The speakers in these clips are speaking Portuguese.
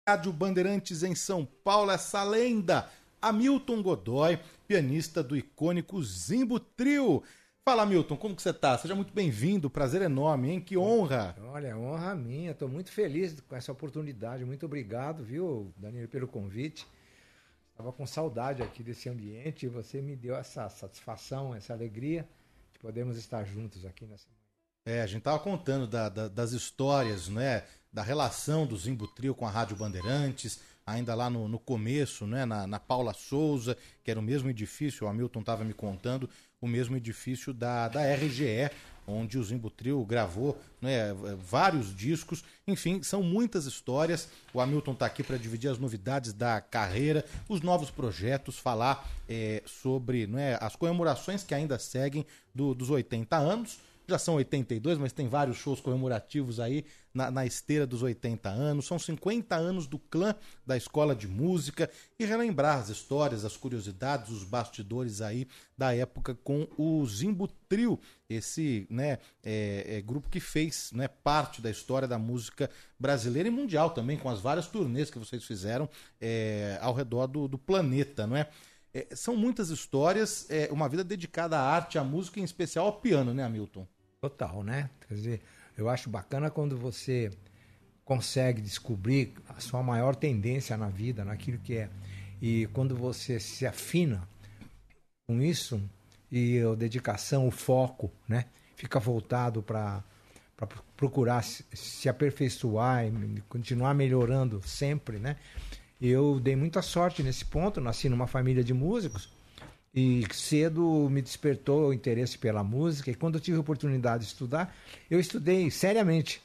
Rádio Bandeirantes em São Paulo, essa lenda, Hamilton Godoy, pianista do icônico Zimbo Trio. Fala, Hamilton, como que você tá? Seja muito bem-vindo, prazer enorme, hein? Que honra! Olha, honra minha, estou muito feliz com essa oportunidade, muito obrigado, viu, Danilo, pelo convite. Estava com saudade aqui desse ambiente e você me deu essa satisfação, essa alegria de podermos estar juntos aqui nessa manhã. A gente tava contando das histórias, né? Da relação do Zimbo Trio com a Rádio Bandeirantes, ainda lá no começo, né? Na Paula Souza, que era o mesmo edifício, o Hamilton estava me contando, o mesmo edifício da RGE, onde o Zimbo Trio gravou, né, vários discos. Enfim, são muitas histórias. O Hamilton está aqui para dividir as novidades da carreira, os novos projetos, falar sobre, né, as comemorações que ainda seguem dos 80 anos. Já são 82, mas tem vários shows comemorativos aí na esteira dos 80 anos. São 50 anos do clã da Escola de Música e relembrar as histórias, as curiosidades, os bastidores aí da época com o Zimbo Trio, esse, né, grupo que fez, né, parte da história da música brasileira e mundial também, com as várias turnês que vocês fizeram ao redor do planeta, não é? São muitas histórias, uma vida dedicada à arte, à música, em especial ao piano, né, Hamilton? Total, né? Quer dizer, eu acho bacana quando você consegue descobrir a sua maior tendência na vida, naquilo que é. E quando você se afina com isso, e a dedicação, o foco, né? Fica voltado para procurar se aperfeiçoar e continuar melhorando sempre, né? Eu dei muita sorte nesse ponto, nasci numa família de músicos e cedo me despertou o interesse pela música, e quando eu tive a oportunidade de estudar, eu estudei seriamente.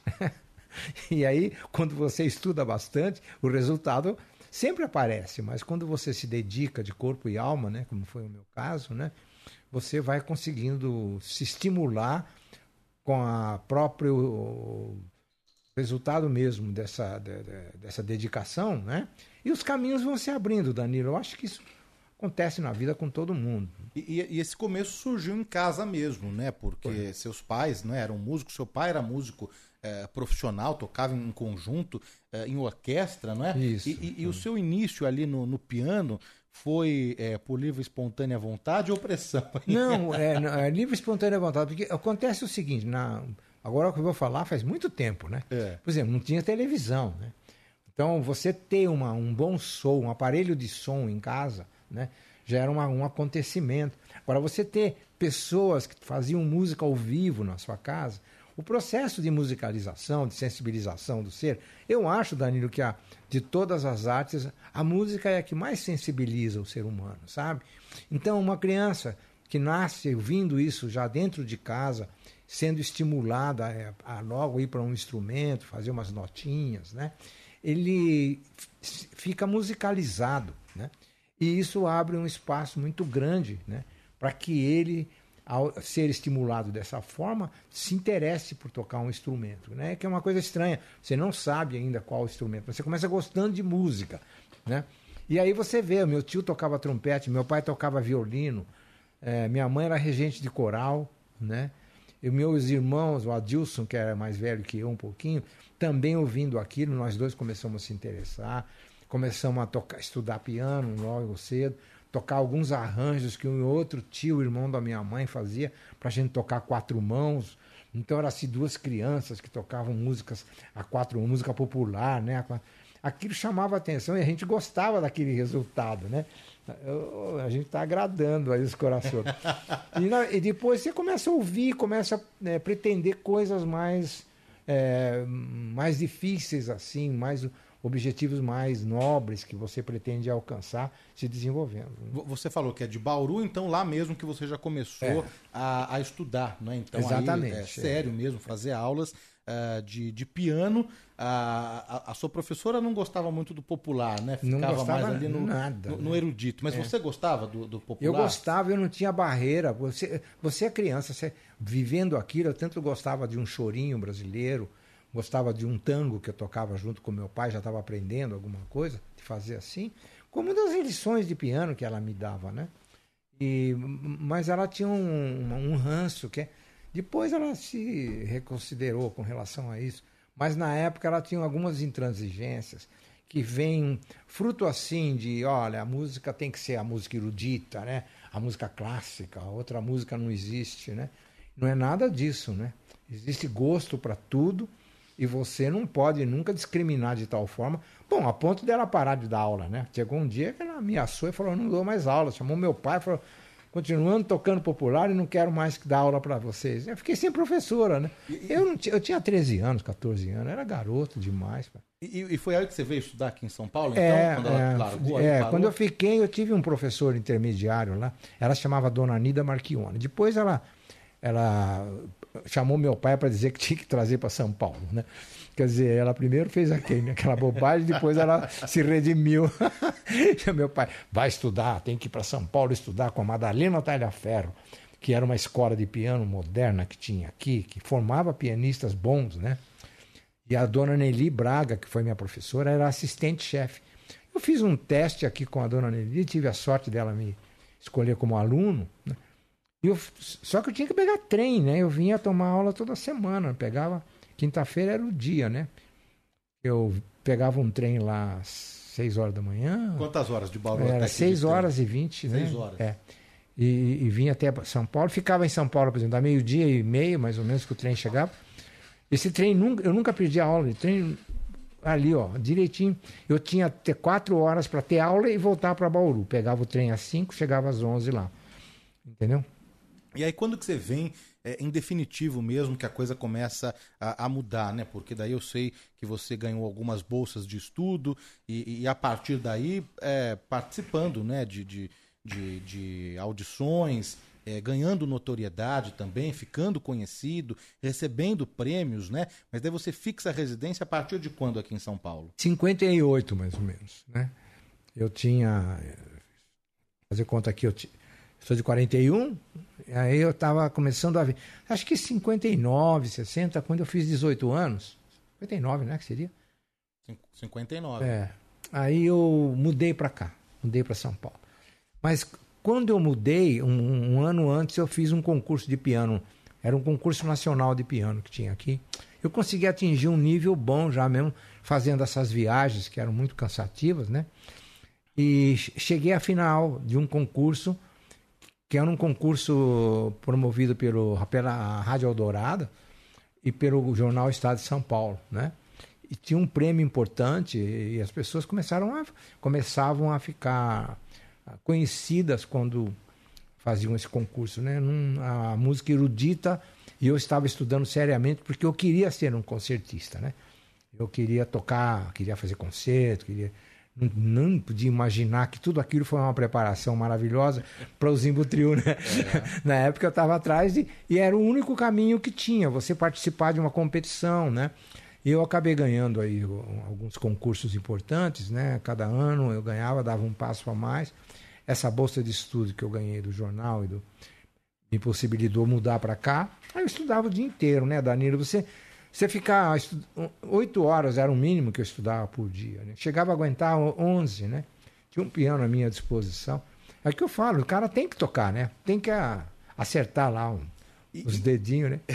E aí, quando você estuda bastante, o resultado sempre aparece, mas quando você se dedica de corpo e alma, né, como foi o meu caso, né, você vai conseguindo se estimular com a próprio resultado mesmo dessa dedicação, né? E os caminhos vão se abrindo, Danilo. Eu acho que isso acontece na vida com todo mundo. E esse começo surgiu em casa mesmo, né? Porque seus pais, né, eram músicos, seu pai era músico profissional, tocava em conjunto, em orquestra, não é? Isso. E o seu início ali no piano foi por livre e espontânea vontade ou pressão? Não, é livre e espontânea vontade, porque acontece o seguinte, agora o que eu vou falar faz muito tempo, né? Por exemplo, não tinha televisão, né? Então, você ter um bom som, um aparelho de som em casa, né, já era um acontecimento. Agora, você ter pessoas que faziam música ao vivo na sua casa, o processo de musicalização, de sensibilização do ser, eu acho, Danilo, que de todas as artes, a música é a que mais sensibiliza o ser humano, sabe? Então, uma criança que nasce ouvindo isso já dentro de casa, sendo estimulada a logo ir para um instrumento, fazer umas notinhas, né? Ele fica musicalizado, né? E isso abre um espaço muito grande, né, para que ele, ao ser estimulado dessa forma, se interesse por tocar um instrumento, né? Que é uma coisa estranha, você não sabe ainda qual instrumento, mas você começa gostando de música, né? E aí você vê, meu tio tocava trompete, meu pai tocava violino, minha mãe era regente de coral, né? E meus irmãos, o Adilson, que era mais velho que eu um pouquinho, também ouvindo aquilo, nós dois começamos a se interessar, começamos a estudar piano logo cedo, tocar alguns arranjos que um outro tio, irmão da minha mãe, fazia para a gente tocar 4 mãos. Então eram assim 2 crianças que tocavam músicas a 4 mãos, música popular, né? Aquilo chamava a atenção e a gente gostava daquele resultado, né? A gente está agradando aí os corações. E depois você começa a ouvir, começa a pretender coisas mais difíceis, assim, mais objetivos mais nobres que você pretende alcançar se desenvolvendo. Você falou que é de Bauru, então lá mesmo que você já começou a estudar, né? Então, exatamente. Aí, sério mesmo, fazer aulas de piano. A sua professora não gostava muito do popular, né? Ficava não gostava mais ali no erudito. Mas você gostava do popular? Eu gostava, eu não tinha barreira. Você é criança, você, vivendo aquilo, eu tanto gostava de um chorinho brasileiro, gostava de um tango que eu tocava junto com meu pai, já estava aprendendo alguma coisa de fazer assim, como das lições de piano que ela me dava, né? Mas ela tinha um ranço que depois ela se reconsiderou com relação a isso, mas na época ela tinha algumas intransigências que vem fruto assim de, olha, a música tem que ser a música erudita, né? A música clássica, outra música não existe, né? Não é nada disso, né? Existe gosto para tudo e você não pode nunca discriminar de tal forma. Bom, a ponto dela parar de dar aula, né? Chegou um dia que ela ameaçou e falou, não dou mais aula. Chamou meu pai e falou, continuando tocando popular e não quero mais dar aula para vocês. Eu fiquei sem professora, né? Eu tinha 13 anos, 14 anos, era garoto demais. E foi aí que você veio estudar aqui em São Paulo, então? Quando ela largou, quando eu fiquei, eu tive um professor intermediário lá, ela se chamava Dona Anida Marchione. Depois ela chamou meu pai para dizer que tinha que trazer para São Paulo, né? Quer dizer, ela primeiro fez aquela bobagem, depois ela se redimiu. Meu pai, vai estudar, tem que ir para São Paulo estudar com a Madalena Talhaferro, que era uma escola de piano moderna que tinha aqui, que formava pianistas bons, né? E a dona Nelly Braga, que foi minha professora, era assistente-chefe. Eu fiz um teste aqui com a dona Nelly, tive a sorte dela me escolher como aluno, né? Só que eu tinha que pegar trem, né? Eu vinha tomar aula toda semana, pegava... Quinta-feira era o dia, né? Eu pegava um trem lá às 6 horas da manhã. Quantas horas de Bauru? Era 6 horas e 20, né? 6 horas. É. E vinha até São Paulo. Ficava em São Paulo, por exemplo, da meio-dia e meio, mais ou menos, que o trem chegava. Esse trem, eu nunca perdi a aula. O trem ali, ó, direitinho. Eu tinha até 4 horas para ter aula e voltar para Bauru. Pegava o trem às 5, chegava às 11 lá. Entendeu? E aí quando que você vem, em definitivo mesmo, que a coisa começa a mudar, né? Porque daí eu sei que você ganhou algumas bolsas de estudo e a partir daí participando, né? de audições, ganhando notoriedade também, ficando conhecido, recebendo prêmios, né? Mas daí você fixa a residência a partir de quando aqui em São Paulo? 58, mais ou menos, né? Eu tinha... Fazer conta aqui, eu sou de 41, aí eu estava começando a ver. Acho que 59, 60, quando eu fiz 18 anos. 59, né? Que seria? 59. Aí eu mudei para cá, mudei para São Paulo. Mas quando eu mudei, um ano antes, eu fiz um concurso de piano. Era um concurso nacional de piano que tinha aqui. Eu consegui atingir um nível bom já mesmo, fazendo essas viagens que eram muito cansativas, né? E cheguei à final de um concurso que era um concurso promovido pela Rádio Eldorado e pelo jornal Estado de São Paulo, né? E tinha um prêmio importante e as pessoas começavam a ficar conhecidas quando faziam esse concurso, né? A música erudita, e eu estava estudando seriamente porque eu queria ser um concertista, né? Eu queria tocar, queria fazer concerto, não podia imaginar que tudo aquilo foi uma preparação maravilhosa para o Zimbo Trio, né? Na época eu estava atrás e era o único caminho que tinha, você participar de uma competição, né? E eu acabei ganhando aí alguns concursos importantes, né? Cada ano eu ganhava, dava um passo a mais. Essa bolsa de estudo que eu ganhei do jornal me possibilitou mudar para cá. Aí eu estudava o dia inteiro, né, Danilo? Você ficar 8 horas era o mínimo que eu estudava por dia, né? Chegava a aguentar 11, né? Tinha um piano à minha disposição. É o que eu falo, o cara tem que tocar, né? Tem que acertar lá os dedinhos, né?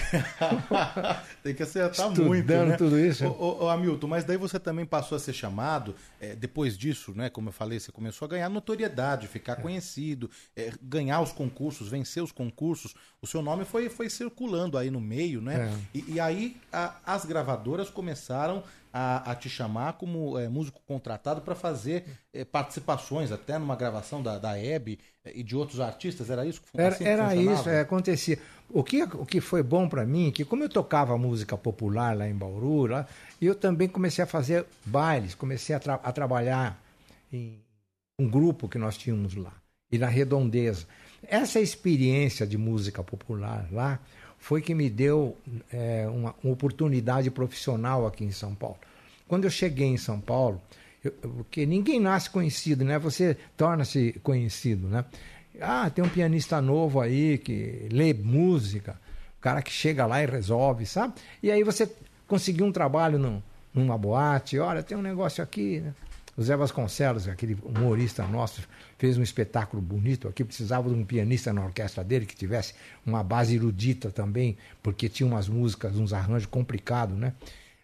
Tem que acertar estudando muito, né? Tudo isso. Ô, Hamilton, mas daí você também passou a ser chamado, depois disso, né? Como eu falei, você começou a ganhar notoriedade, ficar conhecido, ganhar os concursos, vencer os concursos. O seu nome foi circulando aí no meio, né? E aí as gravadoras começaram a te chamar como músico contratado para fazer participações, até numa gravação da Hebe e de outros artistas, era isso? Era isso, acontecia. O que foi bom para mim, que como eu tocava música popular lá em Bauru, eu também comecei a fazer bailes, comecei a trabalhar em um grupo que nós tínhamos lá, e na Redondeza. Essa experiência de música popular lá foi que me deu uma oportunidade profissional aqui em São Paulo. Quando eu cheguei em São Paulo, porque ninguém nasce conhecido, né? Você torna-se conhecido, né? Tem um pianista novo aí que lê música, o cara que chega lá e resolve, sabe? E aí você conseguiu um trabalho numa boate, olha, tem um negócio aqui, né? O Zé Vasconcelos, aquele humorista nosso, fez um espetáculo bonito aqui, precisava de um pianista na orquestra dele que tivesse uma base erudita também, porque tinha umas músicas, uns arranjos complicados, né?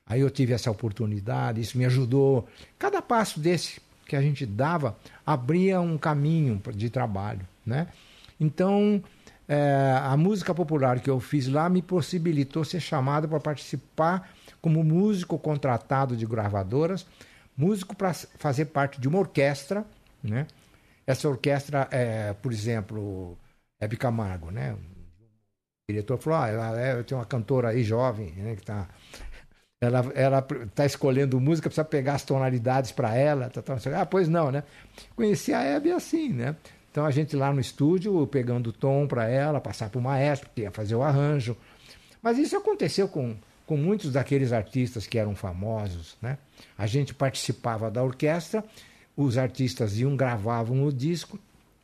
Aí eu tive essa oportunidade, isso me ajudou. Cada passo desse que a gente dava abria um caminho de trabalho, né? Então, a música popular que eu fiz lá me possibilitou ser chamado para participar como músico contratado de gravadoras, músico para fazer parte de uma orquestra, né? Essa orquestra, por exemplo, Hebe Camargo, né? O diretor falou, eu tenho uma cantora aí jovem, né, que está... Ela está escolhendo música, precisa pegar as tonalidades para ela. Pois não, né? Conheci a Hebe assim, né? Então a gente lá no estúdio, pegando o tom para ela, passar para o maestro, que ia fazer o arranjo. Mas isso aconteceu com muitos daqueles artistas que eram famosos, né? A gente participava da orquestra, os artistas gravavam o disco.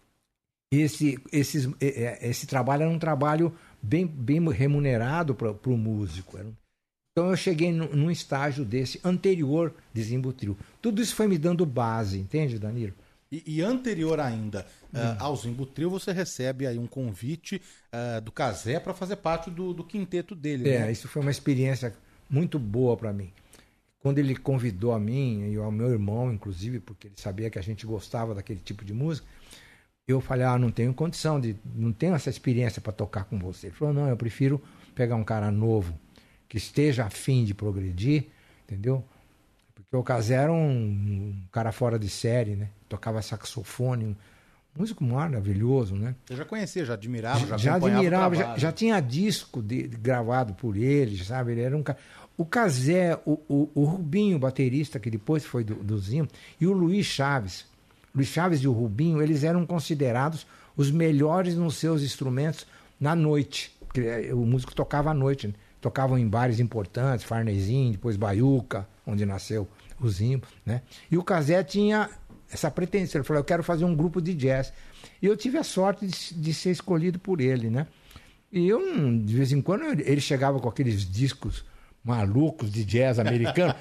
Esse trabalho era um trabalho bem remunerado para o músico. Então eu cheguei num estágio desse anterior de Zimbutril. Tudo isso foi me dando base, entende, Danilo? E anterior ainda ao Zimbutril, você recebe aí um convite do Cazé para fazer parte do quinteto dele. Né? Isso foi uma experiência muito boa para mim. Quando ele convidou a mim e ao meu irmão, inclusive, porque ele sabia que a gente gostava daquele tipo de música, eu falei, não tenho condição, não tenho essa experiência para tocar com você. Ele falou, não, eu prefiro pegar um cara novo, que esteja a fim de progredir, entendeu? Porque o Cazé era um cara fora de série, né? Tocava saxofone, um músico maravilhoso, né? Eu já conhecia, já admirava, já admirava, já tinha disco gravado por ele, sabe? Ele era um cara... O Cazé, o Rubinho, baterista, que depois foi do Zimbo, e o Luiz Chaves e o Rubinho, eles eram considerados os melhores nos seus instrumentos na noite. Porque o músico tocava à noite, né? Tocavam em bares importantes, Farnesim, depois Baiuca, onde nasceu o Zimbo, né? E o Cazé tinha essa pretensão, ele falou, eu quero fazer um grupo de jazz. E eu tive a sorte de ser escolhido por ele, né? E eu, de vez em quando, ele chegava com aqueles discos malucos de jazz americano.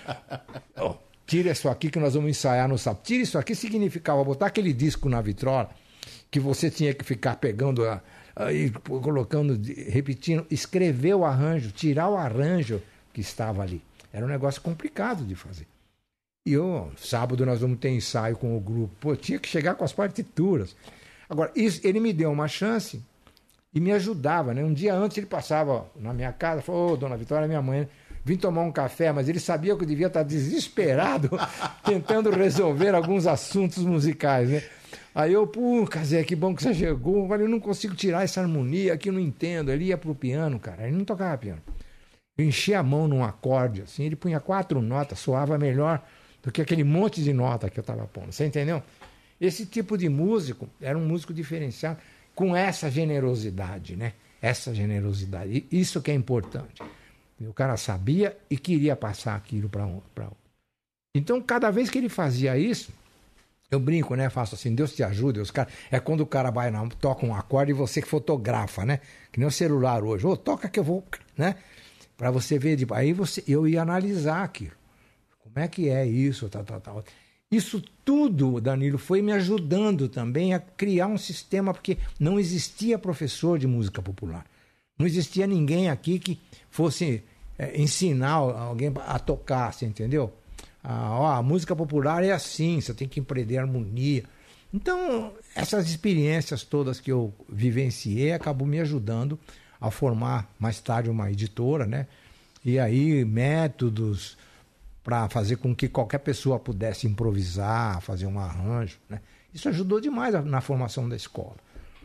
Tira isso aqui que nós vamos ensaiar no sábado. Tira isso aqui significava botar aquele disco na vitrola, que você tinha que ficar pegando... aí colocando, repetindo, escrever o arranjo, tirar o arranjo que estava ali. Era um negócio complicado de fazer. E sábado nós vamos ter ensaio com o grupo. Tinha que chegar com as partituras. Agora, ele me deu uma chance e me ajudava, né? Um dia antes ele passava na minha casa, falou, dona Vitória, minha mãe, vim tomar um café, mas ele sabia que eu devia estar desesperado tentando resolver alguns assuntos musicais, né? Aí eu, Cazé, que bom que você chegou. Eu falei, eu não consigo tirar essa harmonia aqui, eu não entendo. Ele ia pro piano, cara, ele não tocava piano. Eu enchia a mão num acorde, assim, ele punha 4 notas, soava melhor do que aquele monte de nota que eu estava pondo. Você entendeu? Esse tipo de músico era um músico diferenciado, com essa generosidade, né? Essa generosidade. Isso que é importante. O cara sabia e queria passar aquilo para outro. Então, cada vez que ele fazia isso, eu brinco, né? Faço assim, Deus te ajude. É quando o cara vai, toca um acorde e você que fotografa, né? Que nem o celular hoje. Toca que eu vou, né? Para você ver. Aí eu ia analisar aquilo. Como é que é isso, tal. Isso tudo, Danilo, foi me ajudando também a criar um sistema, porque não existia professor de música popular. Não existia ninguém aqui que fosse ensinar alguém a tocar, você entendeu? A música popular é assim, você tem que empreender harmonia. Então, essas experiências todas que eu vivenciei acabou me ajudando a formar mais tarde uma editora, né? E aí métodos para fazer com que qualquer pessoa pudesse improvisar, fazer um arranjo, né? Isso ajudou demais na formação da escola.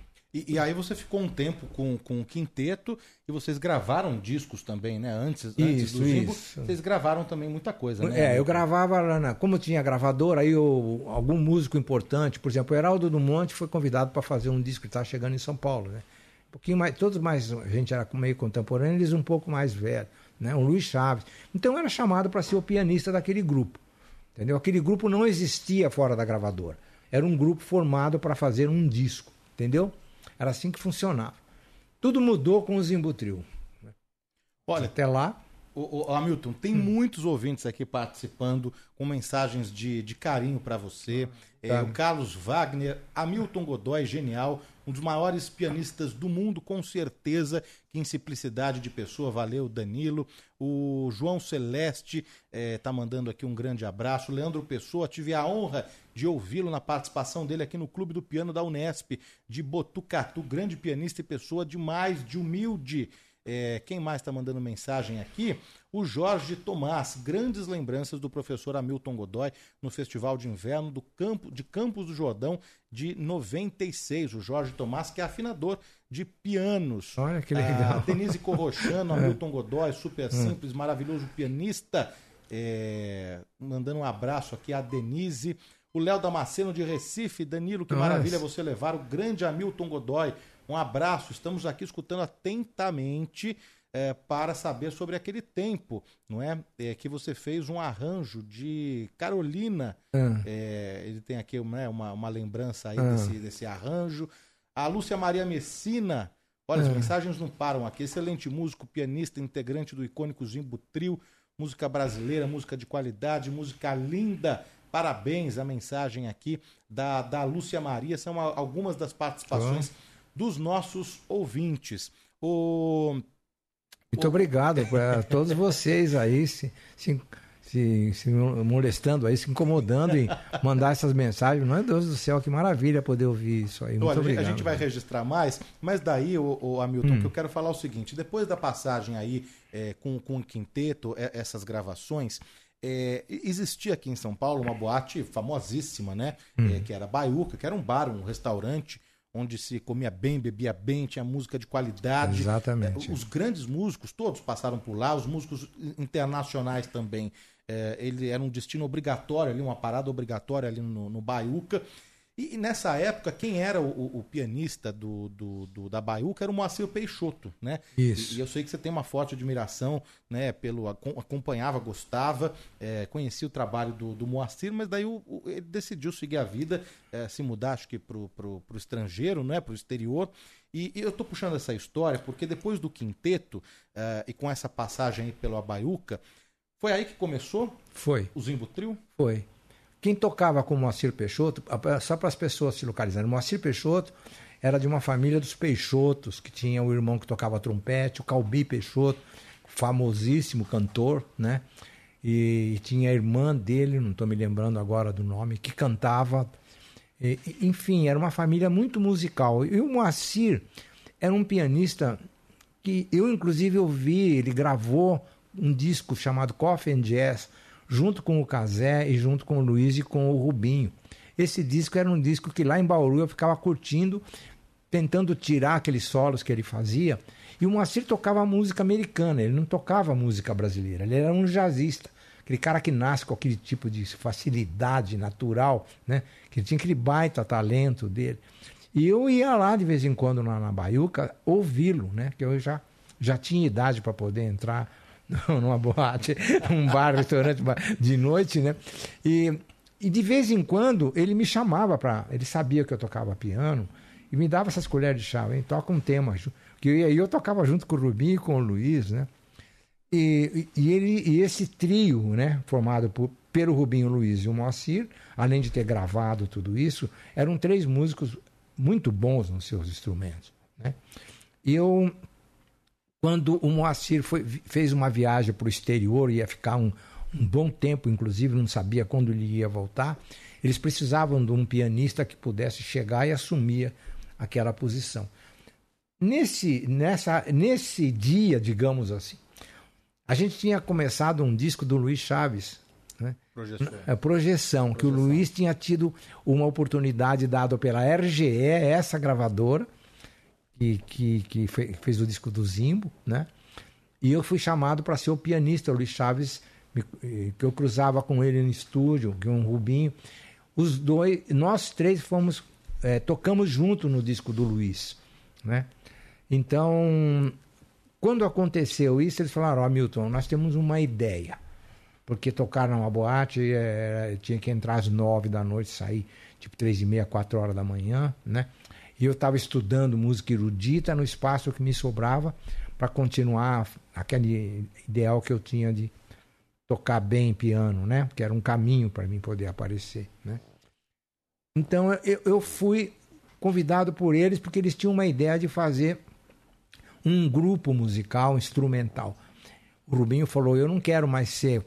E aí você ficou um tempo com o quinteto e vocês gravaram discos também, né? Antes do Zimbo, vocês gravaram também muita coisa, né? Eu gravava lá, como tinha gravadora, aí algum músico importante, por exemplo, o Heraldo do Monte foi convidado para fazer um disco que estava chegando em São Paulo, né? Um pouquinho mais, todos mais, a gente era meio contemporâneo, eles um pouco mais velhos, né? O Luiz Chaves. Então eu era chamado para ser o pianista daquele grupo, entendeu? Aquele grupo não existia fora da gravadora. Era um grupo formado para fazer um disco, entendeu? Era assim que funcionava. Tudo mudou com o Zimbutril. Olha, até lá. Ô, Hamilton, tem muitos ouvintes aqui participando com mensagens de carinho para você. O Carlos Wagner, Hamilton Godoy, genial, um dos maiores pianistas do mundo, com certeza, que em simplicidade de pessoa. Valeu, Danilo. O João Celeste tá mandando aqui um grande abraço. Leandro Pessoa, tive a honra de ouvi-lo na participação dele aqui no Clube do Piano da Unesp, de Botucatu, grande pianista e pessoa demais, de humilde. Quem mais está mandando mensagem aqui? O Jorge Tomás, grandes lembranças do professor Hamilton Godoy no Festival de Inverno de Campos do Jordão de 96. O Jorge Tomás, que é afinador de pianos. Olha que legal. A Denise Corrochano, Hamilton Godoy, super simples, maravilhoso pianista. Mandando um abraço aqui a Denise. O Léo Damasceno de Recife. Danilo, que maravilha você levar o grande Hamilton Godoy. Um abraço, estamos aqui escutando atentamente para saber sobre aquele tempo, não é? Que você fez um arranjo de Carolina. Ele tem aqui uma lembrança aí desse arranjo. A Lúcia Maria Messina, olha, as mensagens não param aqui. Excelente músico, pianista, integrante do icônico Zimbo Trio, música brasileira, música de qualidade, música linda. Parabéns, a mensagem aqui da Lúcia Maria. São algumas das participações dos nossos ouvintes. Muito obrigado para todos vocês aí se molestando aí, se incomodando em mandar essas mensagens. Meu Deus do céu, que maravilha poder ouvir isso aí. Muito obrigado. A gente vai registrar mais, mas daí, o Hamilton, que eu quero falar o seguinte: depois da passagem aí com o quinteto, essas gravações, existia aqui em São Paulo uma boate famosíssima, né? Que era Baiuca, que era um bar, um restaurante, onde se comia bem, bebia bem, tinha música de qualidade. Exatamente. Os grandes músicos, todos passaram por lá, os músicos internacionais também. Ele era um destino obrigatório ali, uma parada obrigatória ali no Baiuca. E nessa época, quem era o pianista da Baiuca era o Moacir Peixoto, né? Isso. E eu sei que você tem uma forte admiração, né? Acompanhava, gostava, conhecia o trabalho do Moacir, mas daí ele decidiu seguir a vida, se mudar, acho que pro estrangeiro, né? Pro exterior. E eu tô puxando essa história porque depois do quinteto, e com essa passagem aí pelo Baiuca, foi aí que começou? Foi. O Zimbo Trio? Foi. Quem tocava com o Moacir Peixoto, só para as pessoas se localizarem, o Moacir Peixoto era de uma família dos Peixotos, que tinha o irmão que tocava trompete, o Calbi Peixoto, famosíssimo cantor, né? E tinha a irmã dele, não estou me lembrando agora do nome, que cantava. Enfim, era uma família muito musical. E o Moacir era um pianista que eu, inclusive, ouvi, ele gravou um disco chamado Coffee and Jazz, junto com o Cazé e junto com o Luiz e com o Rubinho. Esse disco era um disco que lá em Bauru eu ficava curtindo, tentando tirar aqueles solos que ele fazia. E o Moacir tocava música americana, ele não tocava música brasileira, ele era um jazzista, aquele cara que nasce com aquele tipo de facilidade natural, né? Que tinha aquele baita talento dele. E eu ia lá de vez em quando na Baiuca ouvi-lo, né? Que eu já tinha idade para poder entrar numa boate, um bar, restaurante de noite, né? E de vez em quando ele me chamava ele sabia que eu tocava piano e me dava essas colheres de chá, hein? Toca um tema. Que eu tocava junto com o Rubinho e com o Luiz, né? E esse trio, né? Formado pelo Rubinho, o Luiz e o Moacir, além de ter gravado tudo isso, eram 3 músicos muito bons nos seus instrumentos, né? E quando o Moacir fez uma viagem para o exterior, ia ficar um bom tempo, inclusive, não sabia quando ele ia voltar, eles precisavam de um pianista que pudesse chegar e assumir aquela posição. Nesse dia, digamos assim, a gente tinha começado um disco do Luiz Chaves, né? Projeção, que o Luiz tinha tido uma oportunidade dada pela RGE, essa gravadora, que fez o disco do Zimbo, né? E eu fui chamado para ser o pianista. O Luiz Chaves, que eu cruzava com ele no estúdio, com o Rubinho. Nós 3 tocamos junto no disco do Luiz, né? Então, quando aconteceu isso, eles falaram: Hamilton, nós temos uma ideia. Porque tocar numa boate, tinha que entrar às 9 da noite, sair tipo 3h30, 4 horas da manhã, né? E eu estava estudando música erudita no espaço que me sobrava para continuar aquele ideal que eu tinha de tocar bem piano, né? Que era um caminho para mim poder aparecer, né? Então eu fui convidado por eles porque eles tinham uma ideia de fazer um grupo musical instrumental. O Rubinho falou: eu não quero mais ser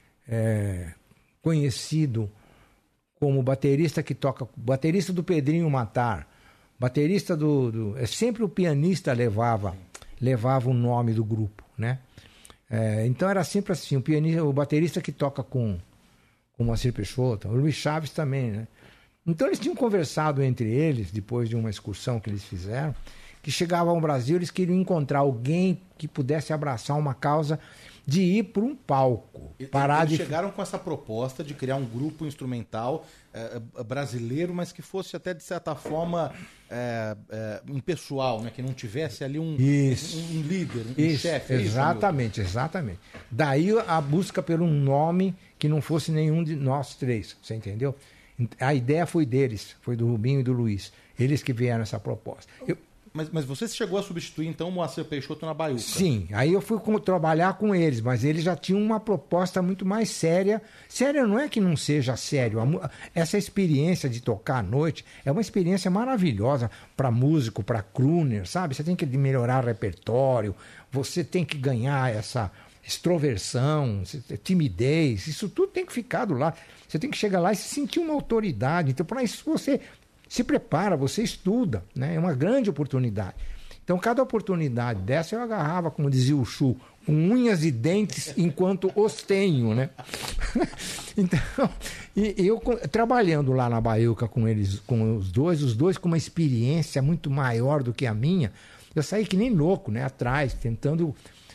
conhecido como baterista que toca, baterista do Pedrinho Matar, baterista sempre o pianista levava o nome do grupo, né? Então era sempre assim, o baterista que toca com o Moacir Peixoto, o Luiz Chaves também, né? Então eles tinham conversado entre eles, depois de uma excursão que eles fizeram, que chegavam ao Brasil, eles queriam encontrar alguém que pudesse abraçar uma causa de ir para um palco. Eles chegaram com essa proposta de criar um grupo instrumental brasileiro, mas que fosse até, de certa forma, impessoal, né? Que não tivesse ali um líder, um chefe. Exatamente. Daí a busca por um nome que não fosse nenhum de nós três, você entendeu? A ideia foi deles, foi do Rubinho e do Luiz. Eles que vieram essa proposta. Mas você chegou a substituir, então, o Moacir Peixoto na baiuca? Sim, aí eu fui trabalhar com eles, mas eles já tinham uma proposta muito mais séria. Séria não é que não seja sério. Essa experiência de tocar à noite é uma experiência maravilhosa para músico, para crooner, sabe? Você tem que melhorar o repertório, você tem que ganhar essa extroversão, timidez, isso tudo tem que ficar do lado. Você tem que chegar lá e sentir uma autoridade. Então, para isso você se prepara, você estuda, né? É uma grande oportunidade. Então, cada oportunidade dessa eu agarrava, como dizia o Chu, com unhas e dentes enquanto os tenho, né? Então, e eu trabalhando lá na baiuca com eles, com os dois com uma experiência muito maior do que a minha, eu saí que nem louco, né? Atrás, tentando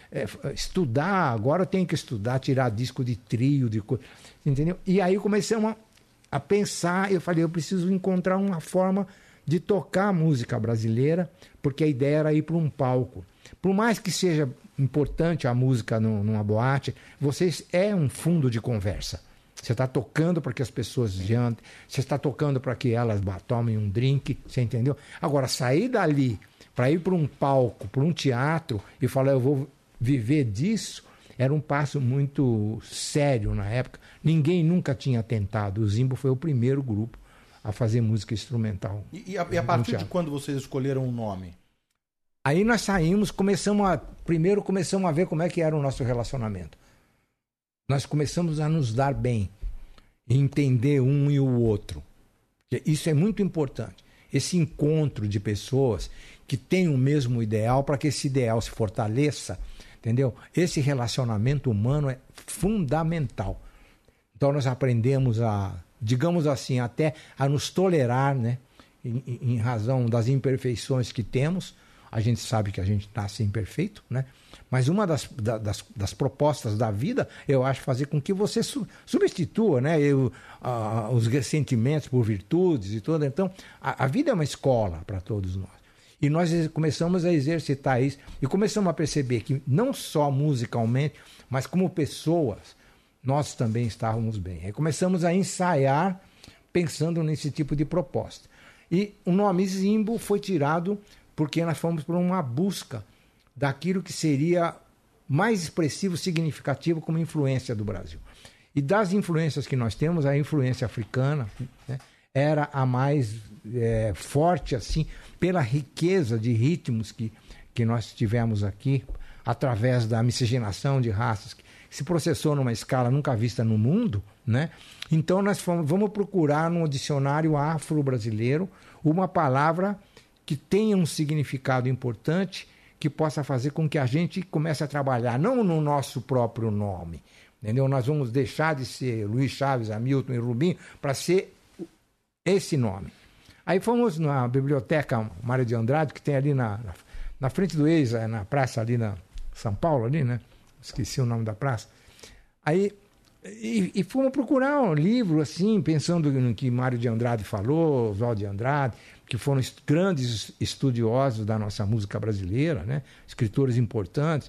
estudar. Agora eu tenho que estudar, tirar disco de trio, entendeu? E aí comecei a pensar, eu falei, eu preciso encontrar uma forma de tocar a música brasileira, porque a ideia era ir para um palco. Por mais que seja importante a música numa boate, é um fundo de conversa. Você está tocando para que as pessoas jantem, você está tocando para que elas tomem um drink, você entendeu? Agora, sair dali para ir para um palco, para um teatro e falar, eu vou viver disso, era um passo muito sério na época. Ninguém nunca tinha tentado. O Zimbo foi o primeiro grupo a fazer música instrumental. E a partir de quando vocês escolheram um nome? Aí nós saímos, primeiro começamos a ver como é que era o nosso relacionamento. Nós começamos a nos dar bem, entender um e o outro. Isso é muito importante. Esse encontro de pessoas que têm o mesmo ideal, para que esse ideal se fortaleça, entendeu? Esse relacionamento humano é fundamental. Então nós aprendemos digamos assim, até a nos tolerar, né? Em razão das imperfeições que temos. A gente sabe que a gente nasce imperfeito, né? Mas uma das propostas da vida, eu acho, fazer com que você substitua, né? Os ressentimentos por virtudes e tudo. Então, a vida é uma escola para todos nós. E nós começamos a exercitar isso e começamos a perceber que não só musicalmente, mas como pessoas, nós também estávamos bem. Aí começamos a ensaiar pensando nesse tipo de proposta. E o nome Zimbo foi tirado porque nós fomos por uma busca daquilo que seria mais expressivo, significativo como influência do Brasil. E das influências que nós temos, a influência africana, né, era a mais forte, assim, pela riqueza de ritmos que nós tivemos aqui, através da miscigenação de raças, que se processou numa escala nunca vista no mundo, né? Então nós vamos procurar no dicionário afro-brasileiro uma palavra que tenha um significado importante, que possa fazer com que a gente comece a trabalhar, não no nosso próprio nome, entendeu? Nós vamos deixar de ser Luiz Chaves, Hamilton e Rubinho para ser esse nome. Aí fomos na biblioteca Mário de Andrade, que tem ali na frente do ex, na praça ali na São Paulo, ali, né? Esqueci o nome da praça. Aí, e fomos procurar um livro, assim, pensando no que Mário de Andrade falou, Oswaldo de Andrade, que foram grandes estudiosos da nossa música brasileira, né? Escritores importantes.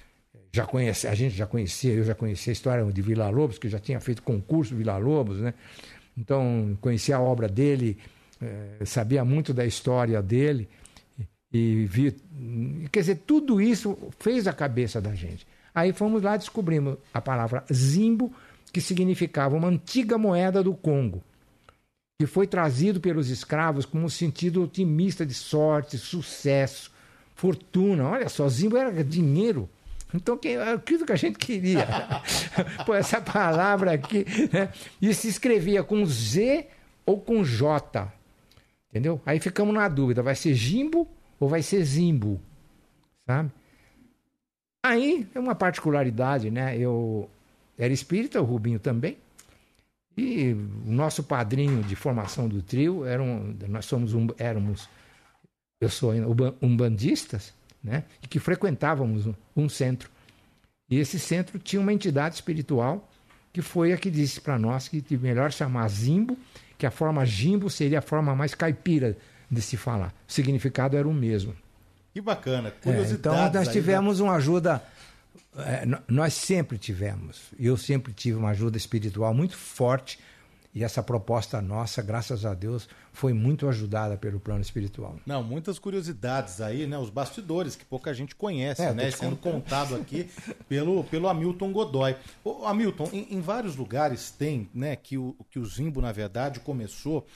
A gente já conhecia, eu já conhecia a história de Villa-Lobos, que eu já tinha feito concurso Villa-Lobos, né? Então, conhecia a obra dele, sabia muito da história dele. Quer dizer, tudo isso fez a cabeça da gente. Aí fomos lá e descobrimos a palavra zimbo, que significava uma antiga moeda do Congo, que foi trazido pelos escravos com um sentido otimista de sorte, sucesso, fortuna. Olha só, zimbo era dinheiro. Então, aquilo que a gente queria. Pô, essa palavra aqui, né? E se escrevia com Z ou com J. Entendeu? Aí ficamos na dúvida, vai ser Jimbo ou vai ser Zimbo? Sabe? Aí, é uma particularidade, né? Eu era espírita, o Rubinho também. E o nosso padrinho de formação do trio, eu sou umbandistas, né? E que frequentávamos um centro. E esse centro tinha uma entidade espiritual que foi a que disse para nós que melhor chamar Zimbo, que a forma Jimbo seria a forma mais caipira de se falar. O significado era o mesmo. Que bacana, curiosidades. Então nós tivemos uma ajuda, nós sempre tivemos, eu sempre tive uma ajuda espiritual muito forte, e essa proposta nossa, graças a Deus, foi muito ajudada pelo plano espiritual. Não, muitas curiosidades aí, né? Os bastidores, que pouca gente conhece, né? Sendo contado aqui pelo Hamilton Godoy. Ô, Hamilton, em vários lugares tem, né, que o Zimbo, na verdade, começou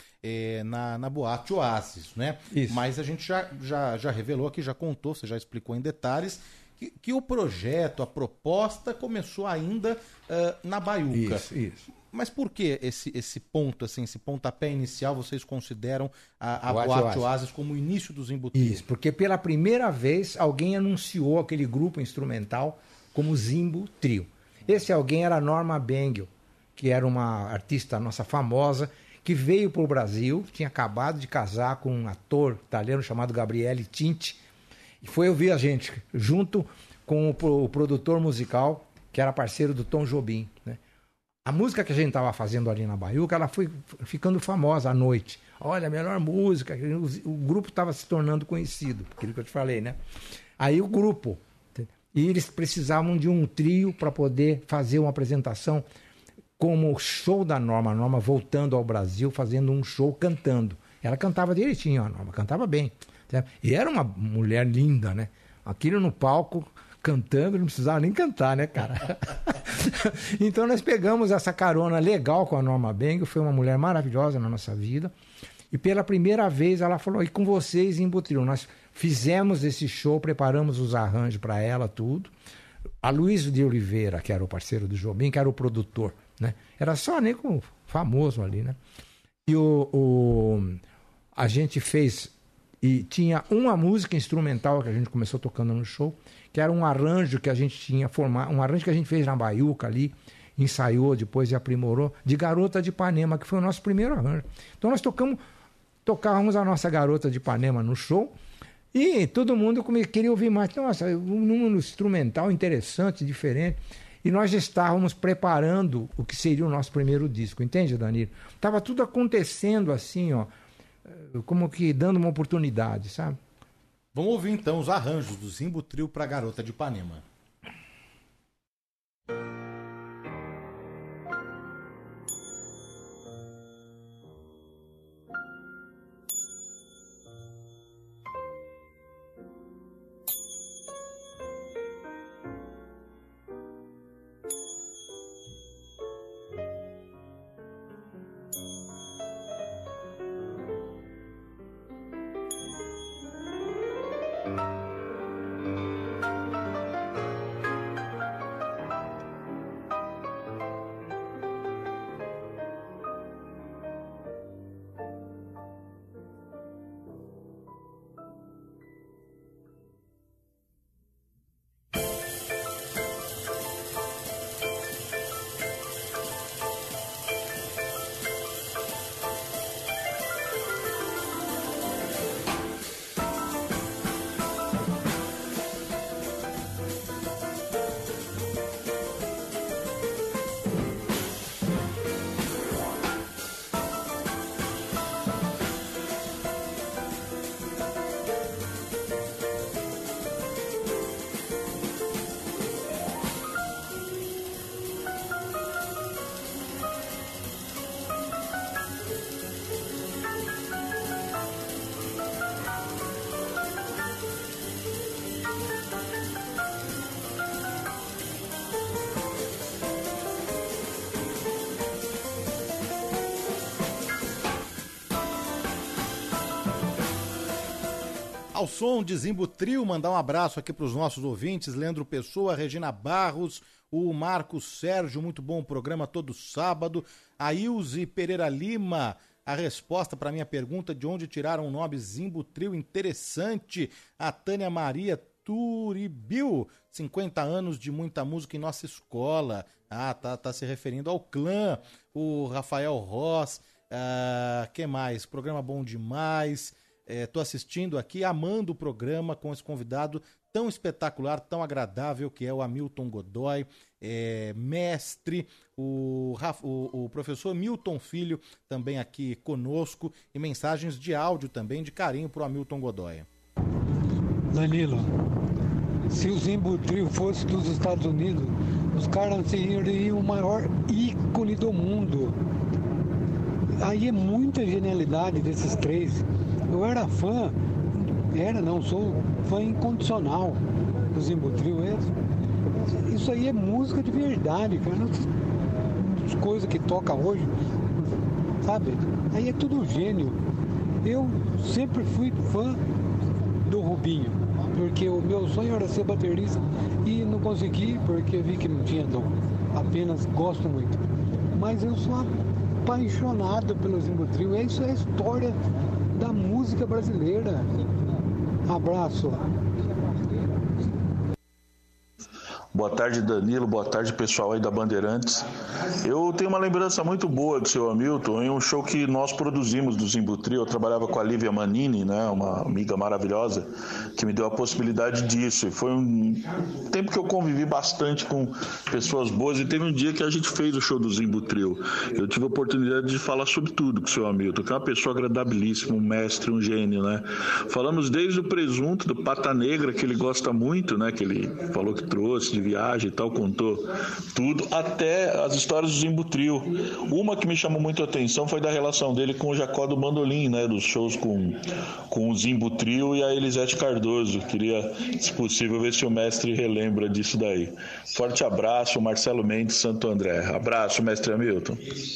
na boate Oasis, né? Isso. Mas a gente já revelou aqui, já contou, você já explicou em detalhes, que o projeto, a proposta começou ainda na Baiuca. Isso. Mas por que esse ponto, assim, esse pontapé inicial, vocês consideram a Boate Oasis como o início do Zimbo Trio? Isso, porque pela primeira vez alguém anunciou aquele grupo instrumental como Zimbo Trio. Esse alguém era a Norma Bengel, que era uma artista nossa famosa, que veio para o Brasil, tinha acabado de casar com um ator italiano chamado Gabriele Tinti, e foi ouvir a gente, junto com o produtor musical, que era parceiro do Tom Jobim, né? A música que a gente estava fazendo ali na Baiuca, ela foi ficando famosa à noite. Olha, a melhor música. O grupo estava se tornando conhecido, aquilo que eu te falei, né? Aí o grupo. E eles precisavam de um trio para poder fazer uma apresentação como o show da Norma. A Norma voltando ao Brasil, fazendo um show cantando. Ela cantava direitinho, a Norma cantava bem. E era uma mulher linda, né? Aquilo no palco, cantando, não precisava nem cantar, né, cara? Então nós pegamos essa carona legal com a Norma Bengel, foi uma mulher maravilhosa na nossa vida, e pela primeira vez ela falou, e com vocês em Trio, nós fizemos esse show, preparamos os arranjos para ela, tudo. A Luiz de Oliveira, que era o parceiro do Jobim, que era o produtor, né? Era só nem com famoso ali, né? E a gente fez, e tinha uma música instrumental que a gente começou tocando no show, que era um arranjo que a gente tinha formado, um arranjo que a gente fez na Baiuca ali, ensaiou depois e aprimorou, de Garota de Ipanema, que foi o nosso primeiro arranjo. Então nós tocávamos a nossa Garota de Ipanema no show, e todo mundo queria ouvir mais. Nossa, um número instrumental interessante, diferente. E nós estávamos preparando o que seria o nosso primeiro disco, entende, Danilo? Estava tudo acontecendo assim, ó, como que dando uma oportunidade, sabe? Vamos ouvir então os arranjos do Zimbo Trio para Garota de Ipanema. Ao som de Zimbo Trio, mandar um abraço aqui para os nossos ouvintes, Leandro Pessoa, Regina Barros, o Marcos Sérgio, muito bom o programa todo sábado. A Ilze Pereira Lima, a resposta para a minha pergunta de onde tiraram o nome Zimbo Trio, interessante. A Tânia Maria Turibil, 50 anos de muita música em nossa escola. Tá se referindo ao clã. O Rafael Ross, que mais? Programa bom demais. Tô assistindo aqui, amando o programa com esse convidado tão espetacular, tão agradável que é o Hamilton Godoy, mestre, o professor Milton Filho também aqui conosco e mensagens de áudio também de carinho para o Hamilton Godoy. Danilo, se o Zimbo Trio fosse dos Estados Unidos, os caras seriam o maior ícone do mundo. Aí é muita genialidade desses três. Eu era fã, sou fã incondicional do Zimbo Trio. Isso aí é música de verdade, cara. As coisas que toca hoje, sabe? Aí é tudo gênio. Eu sempre fui fã do Rubinho, porque o meu sonho era ser baterista e não consegui, porque vi que não tinha dom. Apenas gosto muito. Mas eu sou apaixonado pelo Zimbo Trio. Isso é a história da música brasileira. Abraço. Boa tarde, Danilo. Boa tarde, pessoal aí da Bandeirantes. Eu tenho uma lembrança muito boa do seu Hamilton em um show que nós produzimos do Zimbo Trio. Eu trabalhava com a Lívia Manini, né, uma amiga maravilhosa, que me deu a possibilidade disso. E foi um tempo que eu convivi bastante com pessoas boas e teve um dia que a gente fez o show do Zimbo Trio. Eu tive a oportunidade de falar sobre tudo com o seu Hamilton, que é uma pessoa agradabilíssima, um mestre, um gênio, né? Falamos desde o presunto do Pata Negra, que ele gosta muito, né, que ele falou que trouxe de viagem e tal, contou tudo, até as histórias do Zimbo Trio. Uma que me chamou muito a atenção foi da relação dele com o Jacó do Bandolim, né, dos shows com o Zimbo Trio e a Elisete Cardoso. Queria, se possível, ver se o mestre relembra disso daí. Forte abraço, Marcelo Mendes, Santo André. Abraço, mestre Hamilton.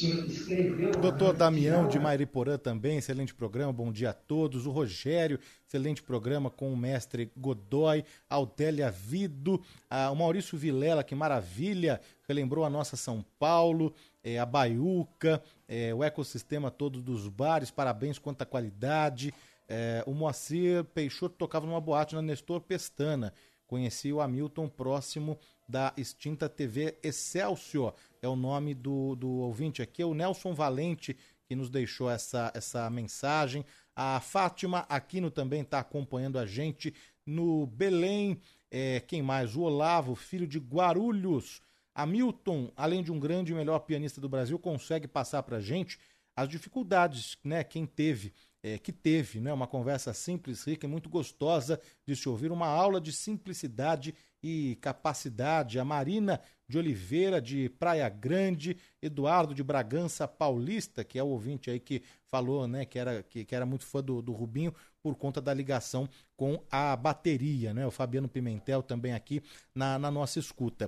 Doutor Damião de Mairiporã também, excelente programa, bom dia a todos. O Rogério, excelente programa com o mestre Godoy, a Autélia Vido, o Maurício Vilela, que maravilha, relembrou a nossa São Paulo, a Baiuca, o ecossistema todo dos bares, parabéns quanto à qualidade. O Moacir Peixoto tocava numa boate na Nestor Pestana, conheci o Hamilton próximo da extinta TV Excelsior, é o nome do ouvinte aqui, é o Nelson Valente, que nos deixou essa mensagem. A Fátima Aquino também está acompanhando a gente no Belém. Quem mais? O Olavo, filho de Guarulhos. Hamilton, além de um grande e melhor pianista do Brasil, consegue passar para a gente as dificuldades, né? Que teve, né? Uma conversa simples, rica e muito gostosa de se ouvir, uma aula de simplicidade e capacidade. A Marina de Oliveira, de Praia Grande, Eduardo de Bragança Paulista, que é o ouvinte aí que falou, né, que era muito fã do Rubinho por conta da ligação com a bateria, né? O Fabiano Pimentel também aqui na nossa escuta.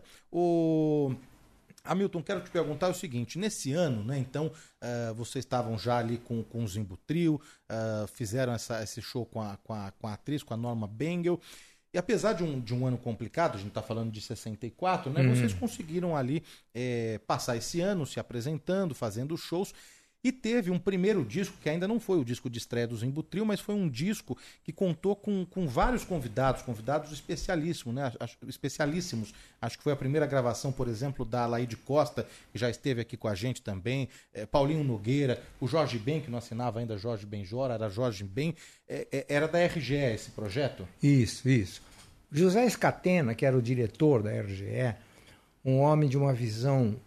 Hamilton, quero te perguntar o seguinte, nesse ano, né, então, vocês estavam já ali com o Zimbo Trio, fizeram esse show com a atriz, com a Norma Bengel, e apesar de um ano complicado, a gente está falando de 64, né, vocês conseguiram ali passar esse ano se apresentando, fazendo shows, e teve um primeiro disco, que ainda não foi o disco de estreia do Zimbo Trio, mas foi um disco que contou com vários convidados especialíssimos, né? Especialíssimos. Acho que foi a primeira gravação, por exemplo, da Alaide Costa, que já esteve aqui com a gente também, Paulinho Nogueira, o Jorge Ben, que não assinava ainda Jorge Benjora, era Jorge Ben. Era da RGE esse projeto? Isso. José Escatena, que era o diretor da RGE, um homem de uma visão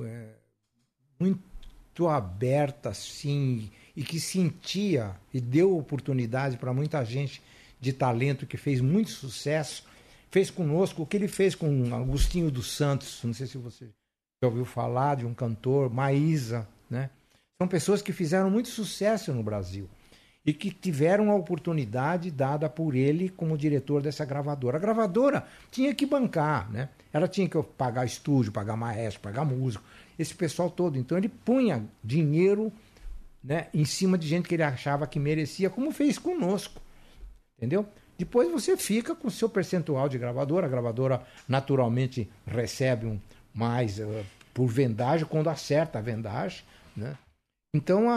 muito aberta, assim, e que sentia e deu oportunidade para muita gente de talento que fez muito sucesso, fez conosco o que ele fez com Agostinho dos Santos, não sei se você já ouviu falar de um cantor, Maísa, né? São pessoas que fizeram muito sucesso no Brasil e que tiveram a oportunidade dada por ele como diretor dessa gravadora. A gravadora tinha que bancar, né? Ela tinha que pagar estúdio, pagar maestro, pagar músico, esse pessoal todo. Então ele punha dinheiro, né, em cima de gente que ele achava que merecia, como fez conosco, entendeu? Depois você fica com o seu percentual de gravadora. A gravadora naturalmente recebe mais por vendagem, quando acerta a vendagem, né? Então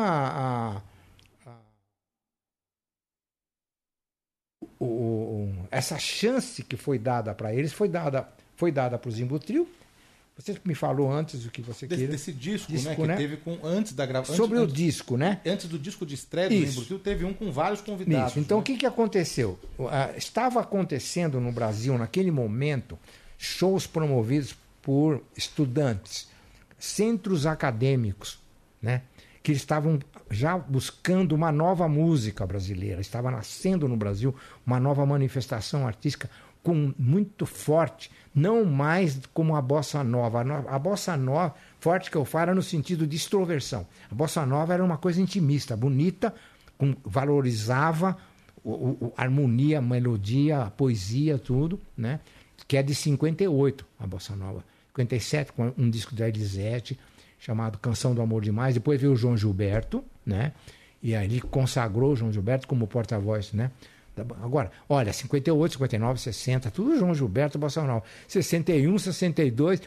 essa chance que foi dada para eles foi dada para o Zimbutril. Você me falou antes o que você queria. Desse disco, né? Que teve antes da gravação. Sobre o disco, né? Antes do disco de estreia do Zimbutril, teve um com vários convidados. Isso. Então, né? O que aconteceu? Estava acontecendo no Brasil, naquele momento, shows promovidos por estudantes, centros acadêmicos, né? Que estavam já buscando uma nova música brasileira. Estava nascendo no Brasil uma nova manifestação artística muito forte, não mais como a bossa nova. A bossa nova, forte que eu falo, era no sentido de extroversão. A bossa nova era uma coisa intimista, bonita, valorizava a harmonia, a melodia, a poesia, tudo, né? Que é de 58, a bossa nova. 57, com um disco da Elisete, chamado Canção do Amor Demais. Depois veio o João Gilberto, né? E aí ele consagrou o João Gilberto como porta-voz, né? Agora, olha, 58, 59, 60, tudo João Gilberto, bossa nova. 61, 62,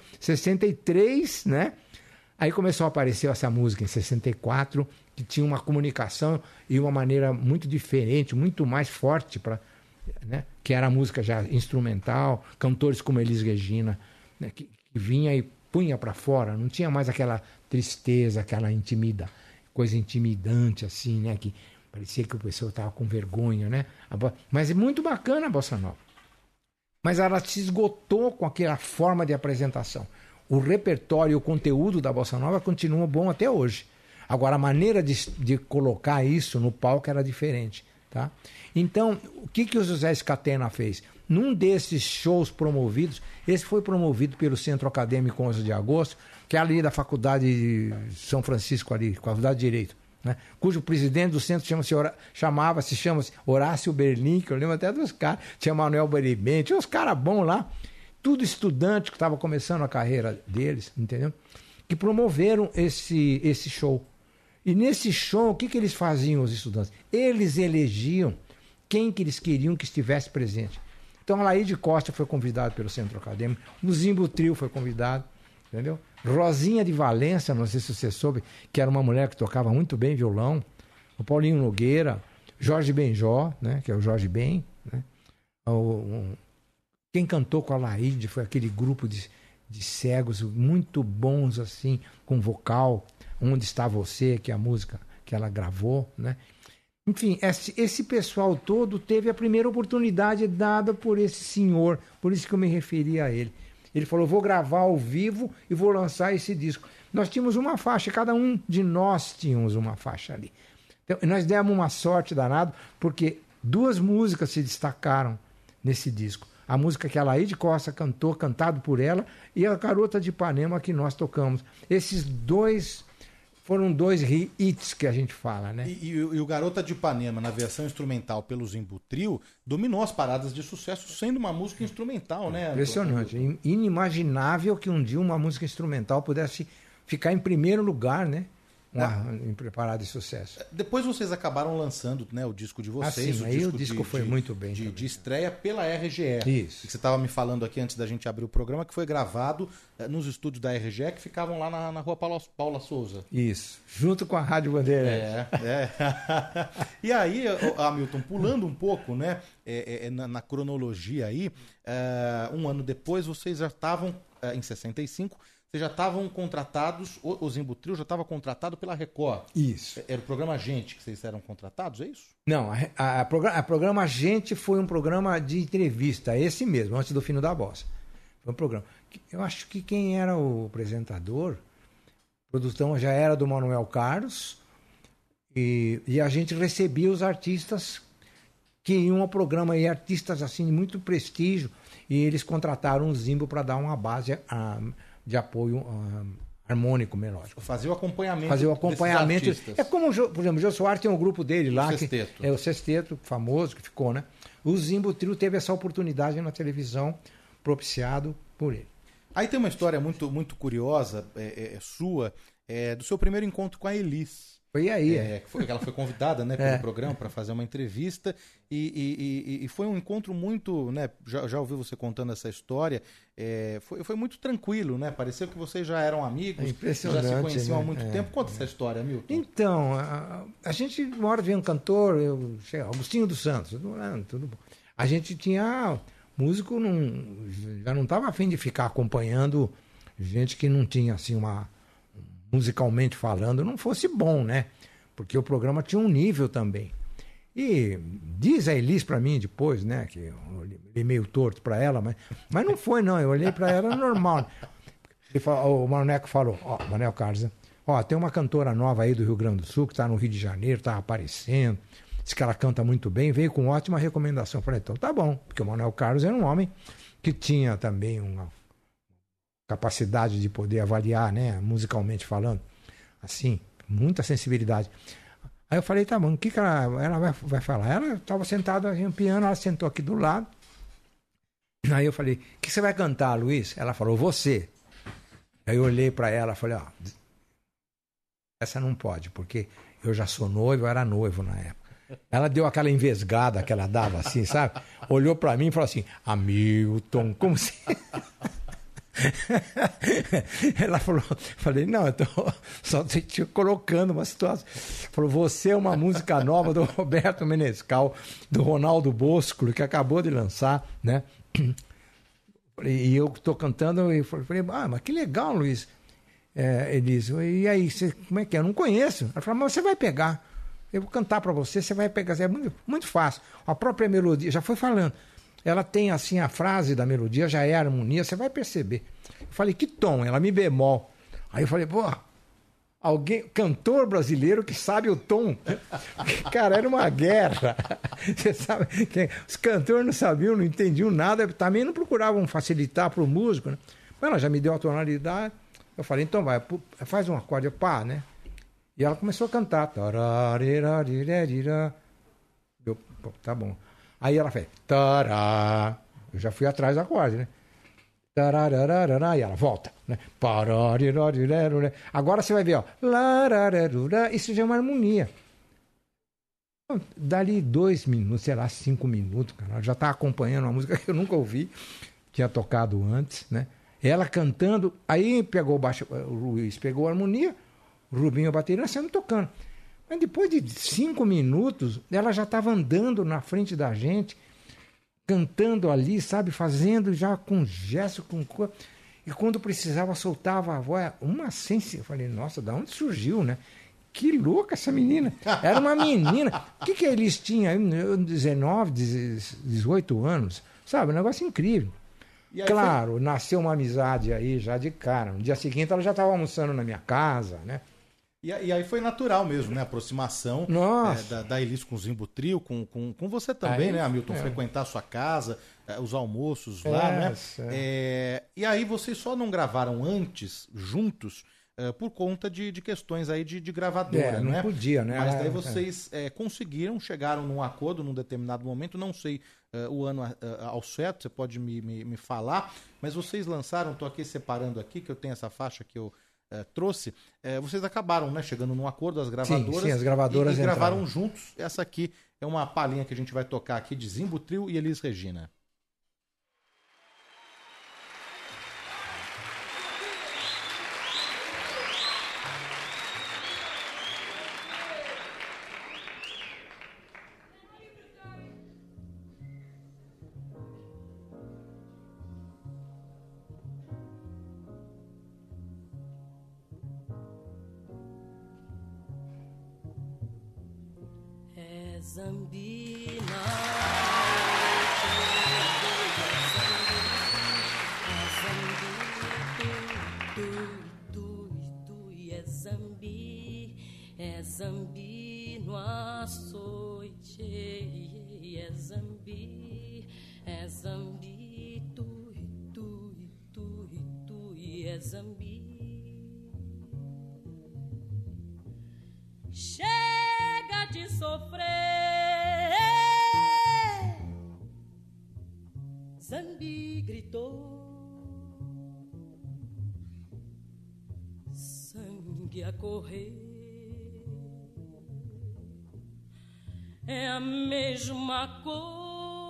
63, né? Aí começou a aparecer essa música em 64, que tinha uma comunicação e uma maneira muito diferente, muito mais forte, né? Que era a música já instrumental, cantores como Elis Regina, né? que vinha e punha para fora, não tinha mais aquela tristeza, aquela coisa intimidante assim, né? Que parecia que o pessoal estava com vergonha, né? Mas é muito bacana a bossa nova. Mas ela se esgotou com aquela forma de apresentação. O repertório e o conteúdo da bossa nova continuam bom até hoje. Agora, a maneira de colocar isso no palco era diferente, tá? Então, o que o José Scatena fez? Num desses shows promovidos, esse foi promovido pelo Centro Acadêmico 11 de Agosto, que é ali da Faculdade de São Francisco, ali, Faculdade de Direito, né? Cujo presidente do centro chama-se Horácio Berlim, que eu lembro até dos caras, tinha Manuel Beriben, tinha uns caras bons lá, tudo estudante que estava começando a carreira deles, entendeu? Que promoveram esse show. E nesse show, o que eles faziam, os estudantes? Eles elegiam quem que eles queriam que estivesse presente. Então, a Laíde Costa foi convidado pelo Centro Acadêmico, o Zimbutril foi convidado, entendeu? Rosinha de Valença, não sei se você soube, que era uma mulher que tocava muito bem violão, o Paulinho Nogueira, Jorge Benjó, né, que é o Jorge Ben, né? Quem cantou com a Laíde foi aquele grupo de cegos muito bons, assim, com vocal, Onde Está Você, que é a música que ela gravou, né? Enfim, esse pessoal todo teve a primeira oportunidade dada por esse senhor, por isso que eu me referi a ele. Ele falou, vou gravar ao vivo e vou lançar esse disco. Nós tínhamos uma faixa, cada um de nós tínhamos uma faixa ali. Então, nós demos uma sorte danada, porque 2 músicas se destacaram nesse disco. A música que a Laíde Costa cantou, cantado por ela, e a Garota de Ipanema que nós tocamos. Esses 2 foram 2 hits que a gente fala, né? E o Garota de Ipanema, na versão instrumental pelo Zimbutril, dominou as paradas de sucesso sendo uma música instrumental, né? Impressionante. Inimaginável que um dia uma música instrumental pudesse ficar em primeiro lugar, né? Em parada de sucesso. Depois vocês acabaram lançando, né, o disco de vocês. Sim, aí o disco foi muito bem. De estreia pela RGE. Isso. Que você estava me falando aqui antes da gente abrir o programa, que foi gravado nos estúdios da RGE, que ficavam lá na rua Paula Souza. Isso, junto com a Rádio Bandeirantes. E aí, Hamilton, pulando um pouco, né, na cronologia aí, um ano depois vocês já estavam, em 65... Vocês já estavam contratados, o Zimbutril já estava contratado pela Record. Isso. Era o programa Gente que vocês eram contratados, é isso? Não, a programa Gente foi um programa de entrevista, esse mesmo, antes do Fino da Bossa. Foi um programa. Eu acho que quem era o apresentador, a produção já era do Manuel Carlos, e a gente recebia os artistas que iam ao programa, e artistas assim de muito prestígio, e eles contrataram o Zimbo para dar uma base de apoio harmônico, melódico. Fazer o acompanhamento. É como, por exemplo, o Jô Soares tem um grupo dele lá, Sexteto. Que é o Sexteto, famoso, que ficou, né? O Zimbutril teve essa oportunidade na televisão, propiciado por ele. Aí tem uma história muito, muito curiosa, sua, do seu primeiro encontro com a Elis. Foi aí. Ela foi convidada, né, pelo programa para fazer uma entrevista e foi um encontro muito, né, já ouvi você contando essa história, foi muito tranquilo, né, pareceu que vocês já eram amigos, já se conheciam há muito tempo. Conta essa história, Milton. Então, a gente uma hora via um cantor, Agostinho dos Santos, tudo bom. A gente tinha músico, já não estava a fim de ficar acompanhando gente que não tinha assim musicalmente falando, não fosse bom, né? Porque o programa tinha um nível também. E diz a Elis para mim depois, né? Que eu olhei meio torto para ela, mas não foi, não. Eu olhei para ela normal. O Maneco falou, Manuel Carlos, tem uma cantora nova aí do Rio Grande do Sul, que está no Rio de Janeiro, está aparecendo, diz que ela canta muito bem, veio com ótima recomendação. Eu falei, então tá bom, porque o Manuel Carlos era um homem que tinha também uma capacidade de poder avaliar, né, musicalmente falando, assim, muita sensibilidade. Aí eu falei, tá bom, o que ela vai falar? Ela estava sentada no piano, ela sentou aqui do lado. Aí eu falei, o que você vai cantar, Luiz? Ela falou, você. Aí eu olhei para ela e falei, essa não pode, porque eu já sou noivo, eu era noivo na época. Ela deu aquela envesgada que ela dava assim, sabe? Olhou para mim e falou assim, Hamilton, como se... Ela falou, falei, não, eu tô só te colocando uma situação. Falou, você é uma música nova do Roberto Menescal, do Ronaldo Bosco, que acabou de lançar, né? E eu tô cantando e falei, mas que legal, Luiz. Ele disse, e aí, como é que é? Eu não conheço. Ela falou, mas você vai pegar. Eu vou cantar para você, você vai pegar. É muito, muito fácil. A própria melodia, já foi falando. Ela tem assim a frase da melodia, já é a harmonia, você vai perceber. Eu falei, que tom? Ela me bemol. Aí eu falei, cantor brasileiro que sabe o tom. Cara, era uma guerra. Você sabe, os cantores não sabiam, não entendiam nada, também não procuravam facilitar para o músico, né? Mas ela já me deu a tonalidade. Eu falei, então vai, faz um acorde, pá, né? E ela começou a cantar. Eu, tá bom. Aí ela fez, tará. Eu já fui atrás do acorde, né? Tarararará, e ela volta, né? Agora você vai ver, isso já é uma harmonia. Dali 2 minutos, sei lá, 5 minutos, cara, ela já está acompanhando uma música que eu nunca ouvi, tinha tocado antes, né? Ela cantando, aí pegou o baixo, o Luiz pegou a harmonia, o Rubinho a bateria, nós estamos tocando. Mas depois de 5 minutos, ela já estava andando na frente da gente, cantando ali, sabe, fazendo já com gesto, com cor. E quando precisava, soltava a voz, uma sensação. Eu falei, nossa, da onde surgiu, né? Que louca essa menina. Era uma menina. O que eles tinham? 19, 18 anos. Sabe, um negócio incrível. Claro, nasceu uma amizade aí já de cara. No dia seguinte ela já estava almoçando na minha casa, né? E aí foi natural mesmo, né? A aproximação da Elis com o Zimbo Trio, com você também, aí, né, Hamilton? Frequentar a sua casa, os almoços lá, né? E aí vocês só não gravaram antes, juntos, por conta de questões aí de gravadora, não né? Podia, né? Mas daí vocês conseguiram, chegaram num acordo num determinado momento, não sei o ano ao certo, você pode me falar, mas vocês lançaram, estou aqui separando aqui, que eu tenho essa faixa que eu trouxe, vocês acabaram, né, chegando num acordo, as gravadoras, sim, as gravadoras e gravaram juntos. Essa aqui é uma palhinha que a gente vai tocar aqui de Zimbo Trio e Elis Regina. Zambina, é Zambi no açoite, é Zambi, tu, é Zambi. Chega de sofrer, Zambi gritou, sangue a correr, é a mesma cor.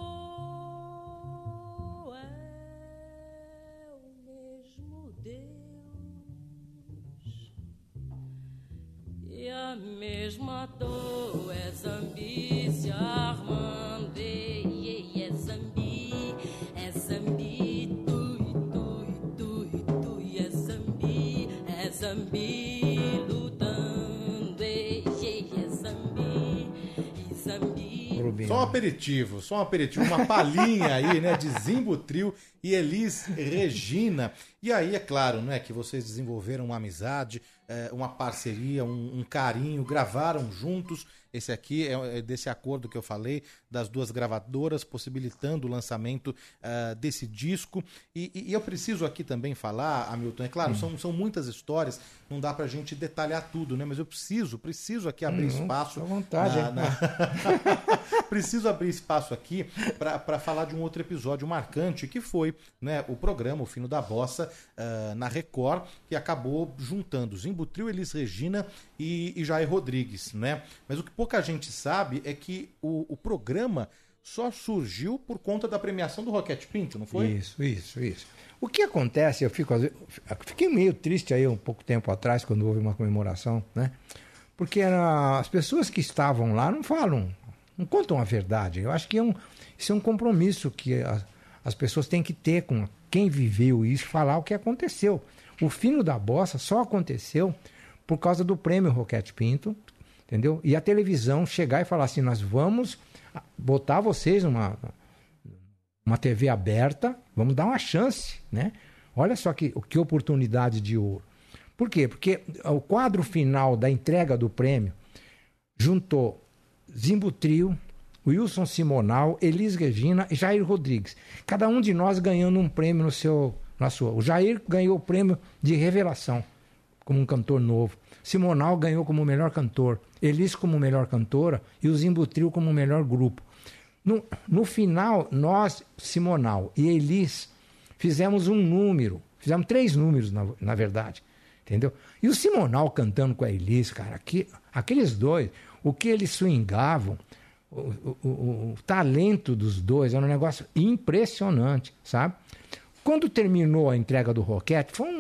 E a mesma dor é Zambi se armando, é Zambi, tui, é Zambi lutando, é Zambi. Só um aperitivo, uma palhinha aí, né, de Zimbutril e Elis Regina. E aí, é claro, né, que vocês desenvolveram uma amizade, uma parceria, um carinho, gravaram juntos. Esse aqui é desse acordo que eu falei, das duas gravadoras, possibilitando o lançamento desse disco. E eu preciso aqui também falar, Hamilton, é claro, são muitas histórias, não dá pra gente detalhar tudo, né? Mas eu preciso aqui abrir espaço. À vontade, Preciso abrir espaço aqui para falar de um outro episódio marcante, que foi, né, o programa O Fino da Bossa, na Record, que acabou juntando Zimbutril, Elis Regina e Jair Rodrigues, né? Mas o que pouca gente sabe é que o programa só surgiu por conta da premiação do Roquete Pinto, não foi? Isso. O que acontece, eu fiquei meio triste aí um pouco tempo atrás, quando houve uma comemoração, né? Porque as pessoas que estavam lá não contam a verdade. Eu acho que isso é um compromisso que as pessoas têm que ter com quem viveu isso, falar o que aconteceu. O Fino da Bossa só aconteceu por causa do prêmio Roquete Pinto, entendeu? E a televisão chegar e falar assim, nós vamos botar vocês numa TV aberta, vamos dar uma chance, né? Olha só que oportunidade de ouro. Por quê? Porque o quadro final da entrega do prêmio juntou Zimbutril, Wilson Simonal, Elis Regina e Jair Rodrigues. Cada um de nós ganhando um prêmio na sua. O Jair ganhou o prêmio de revelação, como um cantor novo. Simonal ganhou como melhor cantor, Elis como melhor cantora e o Zimbutril como melhor grupo. No final, nós, Simonal e Elis, fizemos fizemos 3 números, na verdade, entendeu? E o Simonal cantando com a Elis, cara, aqueles dois, o que eles swingavam, o talento dos dois era um negócio impressionante, sabe? Quando terminou a entrega do Roquete, foi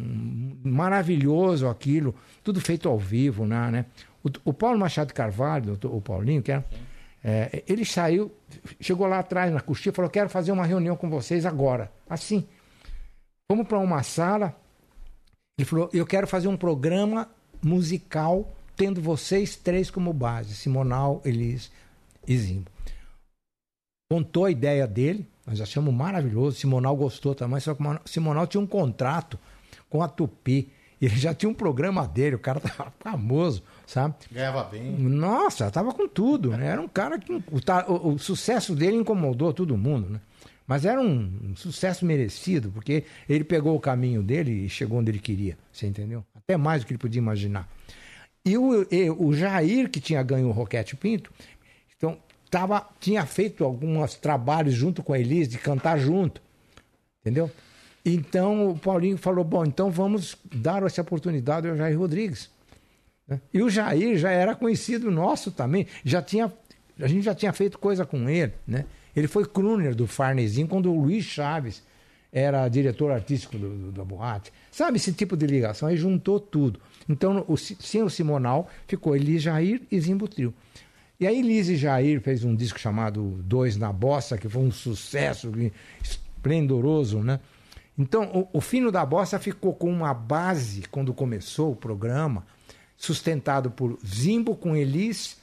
maravilhoso aquilo, tudo feito ao vivo, né? O Paulo Machado Carvalho, o Paulinho, que era, ele chegou lá atrás na coxinha e falou, quero fazer uma reunião com vocês agora. Assim, fomos para uma sala, ele falou, eu quero fazer um programa musical tendo vocês 3 como base, Simonal, Elis e Zimbo. Contou a ideia dele, nós achamos maravilhoso, Simonal gostou também, só que o Simonal tinha um contrato com a Tupi, ele já tinha um programa dele, o cara tava famoso, sabe? Ganhava bem. Nossa, tava com tudo, né? Era um cara que o sucesso dele incomodou todo mundo, né? Mas era um sucesso merecido, porque ele pegou o caminho dele e chegou onde ele queria, você entendeu? Até mais do que ele podia imaginar. E o Jair, que tinha ganho o Roquete Pinto, então tinha feito alguns trabalhos junto com a Elis, de cantar junto, entendeu? Então o Paulinho falou, bom, então vamos dar essa oportunidade ao Jair Rodrigues. Né? E o Jair já era conhecido nosso também, a gente já tinha feito coisa com ele, né? Ele foi crooner do Farnezinho quando o Luiz Chaves era diretor artístico da boate. Sabe, esse tipo de ligação, aí juntou tudo. Então, sem o Simonal, ficou Elis, Jair e Zimbutril. E aí Elis e Jair fez um disco chamado 2 na Bossa, que foi um sucesso esplendoroso, né? Então, o Fino da Bossa ficou com uma base, quando começou o programa, sustentado por Zimbo com Elis.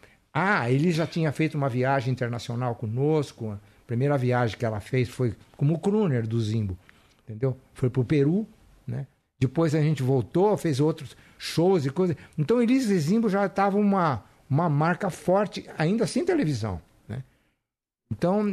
A Elis já tinha feito uma viagem internacional conosco. A primeira viagem que ela fez foi como crooner do Zimbo, entendeu? Foi pro Peru, né? Depois a gente voltou, fez outros shows e coisas. Então, Elis e Zimbo já estavam uma marca forte, ainda sem televisão, né? Então,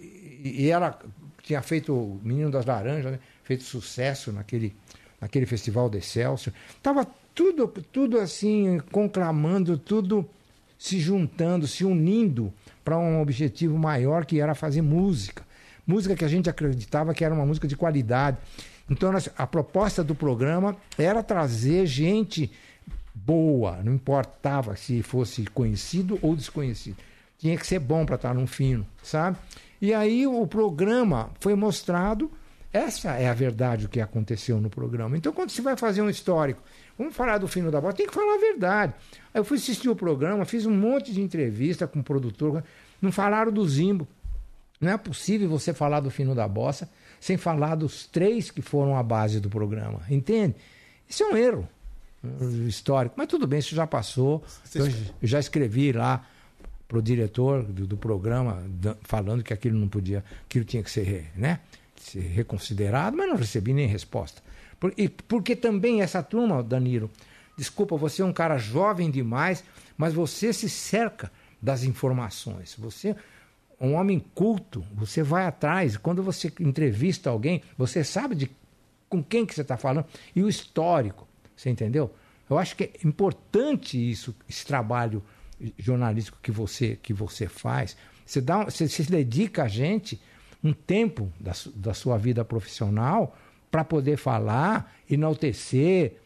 e ela tinha feito o Menino das Laranjas, né? Feito sucesso naquele festival de Excelsior. Tava tudo assim, conclamando, tudo se juntando, se unindo para um objetivo maior, que era fazer música. Música que a gente acreditava que era uma música de qualidade. Então, a proposta do programa era trazer gente boa, não importava se fosse conhecido ou desconhecido. tinha que ser bom para estar num fino, sabe? E aí o programa foi mostrado, essa é a verdade, o que aconteceu no programa. Então, quando você vai fazer um histórico, vamos falar do Fino da Bossa, tem que falar a verdade. Aí eu fui assistir o programa, fiz um monte de entrevista com o produtor, não falaram do Zimbo. Não é possível você falar do Fino da Bossa sem falar dos 3 que foram a base do programa, entende? Isso é um erro histórico, mas tudo bem, isso já passou. Eu já escrevi lá para o diretor do programa falando que aquilo não podia, aquilo tinha que ser, né, ser reconsiderado, mas não recebi nem resposta. Porque também essa turma, Danilo, desculpa, você é um cara jovem demais, mas você se cerca das informações. Você é um homem culto, você vai atrás. Quando você entrevista alguém, você sabe com quem que você está falando e o histórico, você entendeu? Eu acho que é importante isso, esse trabalho jornalístico que você faz. Você se dedica a gente um tempo da sua vida profissional para poder falar, enaltecer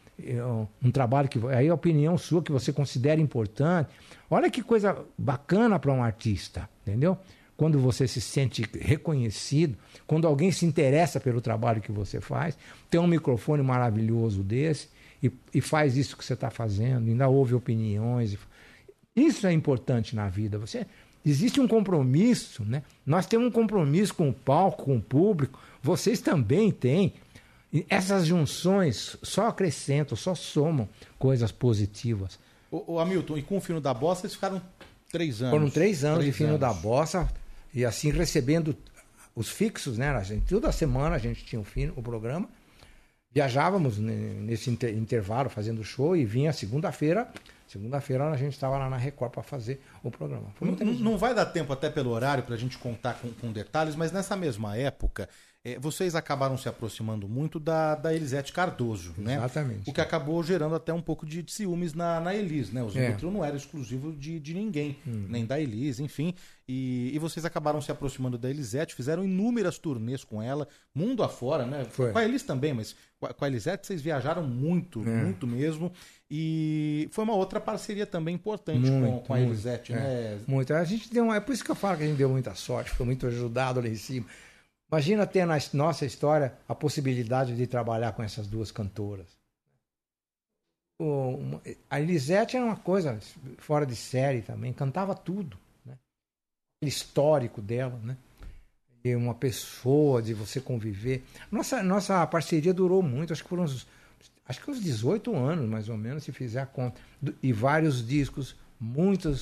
um trabalho que aí a opinião sua que você considera importante. Olha que coisa bacana para um artista, entendeu? Quando você se sente reconhecido, quando alguém se interessa pelo trabalho que você faz, tem um microfone maravilhoso desse e faz isso que você está fazendo, ainda ouve opiniões. Isso é importante na vida. Existe um compromisso, né? Nós temos um compromisso com o palco, com o público. Vocês também têm. E essas junções só acrescentam, só somam coisas positivas. Ô Hamilton, e com o Fino da Bossa, vocês ficaram 3 anos. Foram 3 anos de Fino da Bossa, e assim recebendo os fixos, né? Toda semana a gente tinha o programa. Viajávamos nesse intervalo fazendo show e vinha segunda-feira. Segunda-feira a gente estava lá na Record para fazer o programa. Não vai dar tempo até pelo horário para a gente contar com detalhes, mas nessa mesma época vocês acabaram se aproximando muito da Elisete Cardoso, né? Exatamente. O que acabou gerando até um pouco de ciúmes na Elis, né? O Zimbutril não era exclusivo de ninguém, nem da Elis, enfim. E vocês acabaram se aproximando da Elisete, fizeram inúmeras turnês com ela, mundo afora, né? Foi. Com a Elis também, mas com a Elisete vocês viajaram muito mesmo. E foi uma outra parceria também importante com a Elisete, né? Muito. A gente deu é por isso que eu falo que a gente deu muita sorte, foi muito ajudado lá em cima. Imagina ter na nossa história a possibilidade de trabalhar com essas duas cantoras. A Elisete era uma coisa fora de série também, cantava tudo, né? O histórico dela, né? E uma pessoa de você conviver. Nossa parceria durou muito, acho que foram uns 18 anos, mais ou menos, se fizer a conta. E vários discos, muitas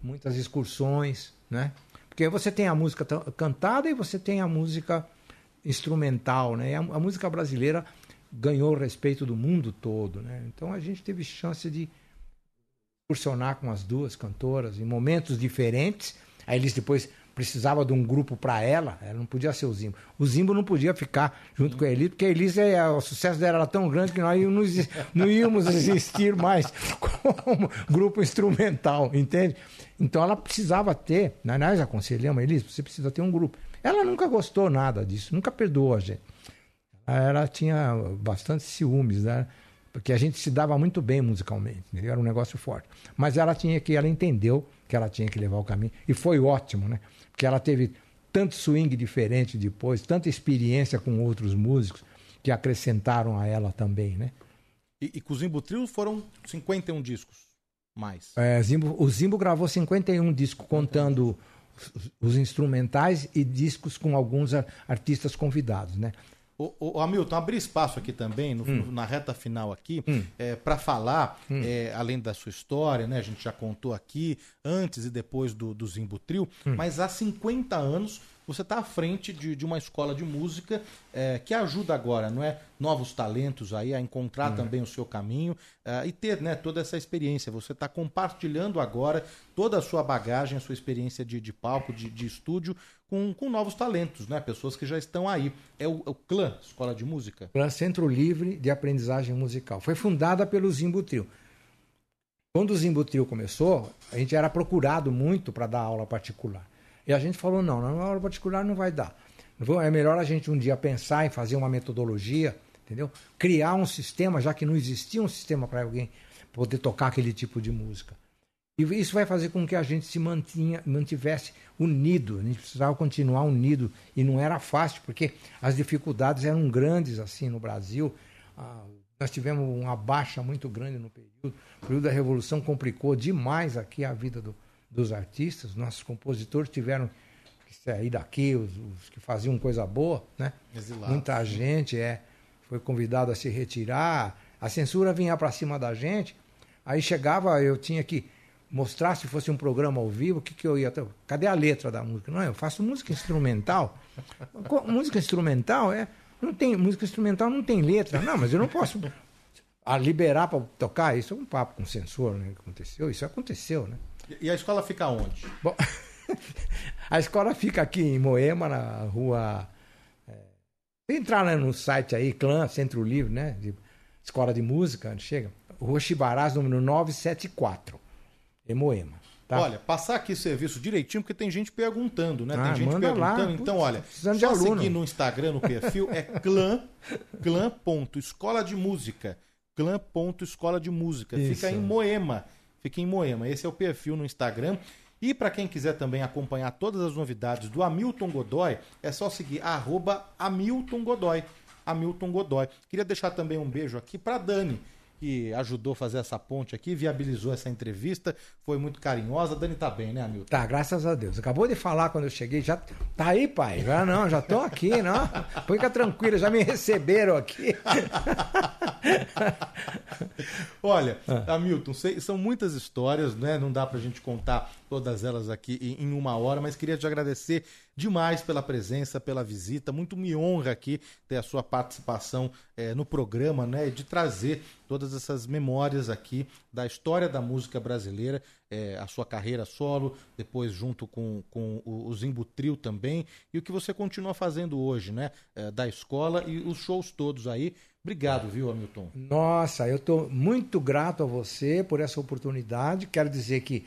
excursões, né? Porque você tem a música cantada e você tem a música instrumental, né? E a música brasileira ganhou o respeito do mundo todo, né? Então a gente teve chance de excursionar com as duas cantoras em momentos diferentes. Aí eles depois precisava de um grupo para ela não podia ser o Zimbo. O Zimbo não podia ficar junto com a Elis, porque a Elis, o sucesso dela era tão grande que nós não íamos existir mais como grupo instrumental, entende? Então ela precisava ter, nós aconselhamos a Elis, você precisa ter um grupo. Ela nunca gostou nada disso, nunca perdoou a gente. Ela tinha bastante ciúmes, né? Porque a gente se dava muito bem musicalmente, era um negócio forte. Mas ela entendeu que ela tinha que levar o caminho, e foi ótimo, né? Porque ela teve tanto swing diferente depois, tanta experiência com outros músicos que acrescentaram a ela também, né? E com o Zimbutril foram 51 discos mais. O Zimbo gravou 51 discos, contando os instrumentais e discos com alguns artistas convidados, né? Ô Hamilton, abrir espaço aqui também, na reta final aqui, para falar, além da sua história, né? A gente já contou aqui, antes e depois do Zimbutril, mas há 50 anos você está à frente de uma escola de música que ajuda agora, não é? Novos talentos aí a encontrar também o seu caminho e ter, né, toda essa experiência. Você está compartilhando agora toda a sua bagagem, a sua experiência de palco, de estúdio, com novos talentos, né? Pessoas que já estão aí. É o CLAM, Escola de Música? CLAM, Centro Livre de Aprendizagem Musical. Foi fundada pelo Zimbutril. Quando o Zimbutril começou, a gente era procurado muito para dar aula particular. E a gente falou, não, na aula particular não vai dar. É melhor a gente um dia pensar em fazer uma metodologia, entendeu? Criar um sistema, já que não existia um sistema para alguém poder tocar aquele tipo de música. E isso vai fazer com que a gente se mantivesse unido. A gente precisava continuar unido. E não era fácil, porque as dificuldades eram grandes assim no Brasil. Nós tivemos uma baixa muito grande no período. O período da Revolução complicou demais aqui a vida dos artistas. Nossos compositores tiveram que sair daqui, os que faziam coisa boa, né? Exilado. Muita gente foi convidada a se retirar. A censura vinha para cima da gente. Aí chegava, eu tinha que mostrar, se fosse um programa ao vivo, o que eu ia... Cadê a letra da música? Não, eu faço música instrumental. Música instrumental música instrumental não tem letra. Não, mas eu não posso liberar para tocar. Isso é um papo com censor, né? Isso aconteceu, né? E a escola fica onde? Bom, a escola fica aqui em Moema, na rua... Se entrar no site aí, Clã, Centro Livre, né? De Escola de Música, chega. Rua Chibarás, número 974, em Moema. Tá? Olha, passar aqui serviço direitinho, porque tem gente perguntando, né? Tem gente manda perguntando. lá. Então, olha, Precisando de só aluno. seguir no Instagram, no perfil, é clã.escola de música. Clã.escola de música. Isso. Fica em Moema. Fica em Moema. Esse é o perfil no Instagram. E para quem quiser também acompanhar todas as novidades do Hamilton Godoy, é só seguir @Hamilton Godoy. Hamilton Godoy. Queria deixar também um beijo aqui para Dani, que ajudou a fazer essa ponte aqui, viabilizou essa entrevista, foi muito carinhosa. Dani tá bem, né, Hamilton? Tá, graças a Deus. Acabou de falar quando eu cheguei, já tá aí, pai? Já tô aqui, não? Fica tranquilo, já me receberam aqui. Olha, Hamilton, são muitas histórias, né? Não dá pra gente contar todas elas aqui em uma hora, mas queria te agradecer demais pela presença, pela visita. Muito me honra aqui ter a sua participação no programa, né? E de trazer todas essas memórias aqui da história da música brasileira, a sua carreira solo, depois junto com o Zimbo Trio também, e o que você continua fazendo hoje, né? Da escola e os shows todos aí. Obrigado, viu, Hamilton? Nossa, eu estou muito grato a você por essa oportunidade. Quero dizer que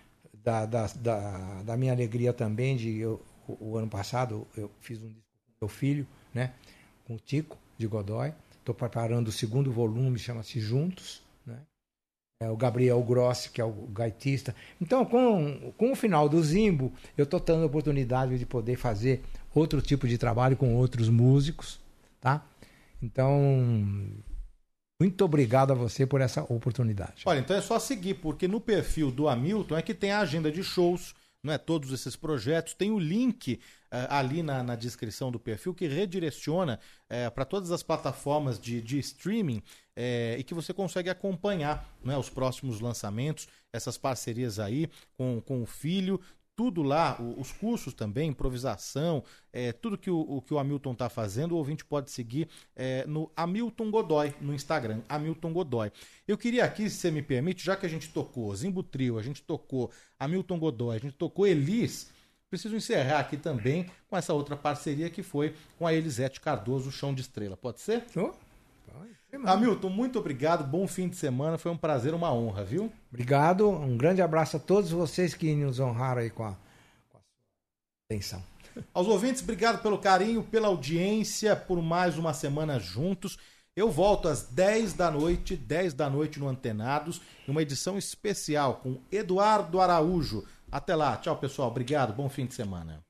da minha alegria também o ano passado eu fiz um disco com meu filho, né, com o Tico de Godoy. Estou preparando o segundo volume, chama-se Juntos, né? O Gabriel Grossi, que é o gaitista. Então, com o final do Zimbo, eu estou tendo a oportunidade de poder fazer outro tipo de trabalho com outros músicos, tá? Então, muito obrigado a você por essa oportunidade. Olha, então é só seguir, porque no perfil do Hamilton é que tem a agenda de shows, não é? Todos esses projetos. Tem o link ali na descrição do perfil que redireciona para todas as plataformas de streaming e que você consegue acompanhar, né, os próximos lançamentos, essas parcerias aí com o filho. Tudo lá, os cursos também, improvisação, tudo que o Hamilton está fazendo, o ouvinte pode seguir no Hamilton Godoy, no Instagram, Hamilton Godoy. Eu queria aqui, se você me permite, já que a gente tocou Zimbo Trio, a gente tocou Hamilton Godoy, a gente tocou Elis, preciso encerrar aqui também com essa outra parceria que foi com a Elisete Cardoso, Chão de Estrela. Pode ser? Hamilton, muito obrigado, bom fim de semana, foi um prazer, uma honra, viu? Obrigado, um grande abraço a todos vocês que nos honraram aí com a sua atenção. Aos ouvintes, obrigado pelo carinho, pela audiência, por mais uma semana juntos. Eu volto às 10 da noite no Antenados, numa edição especial com Eduardo Araújo. Até lá, tchau pessoal, obrigado, bom fim de semana.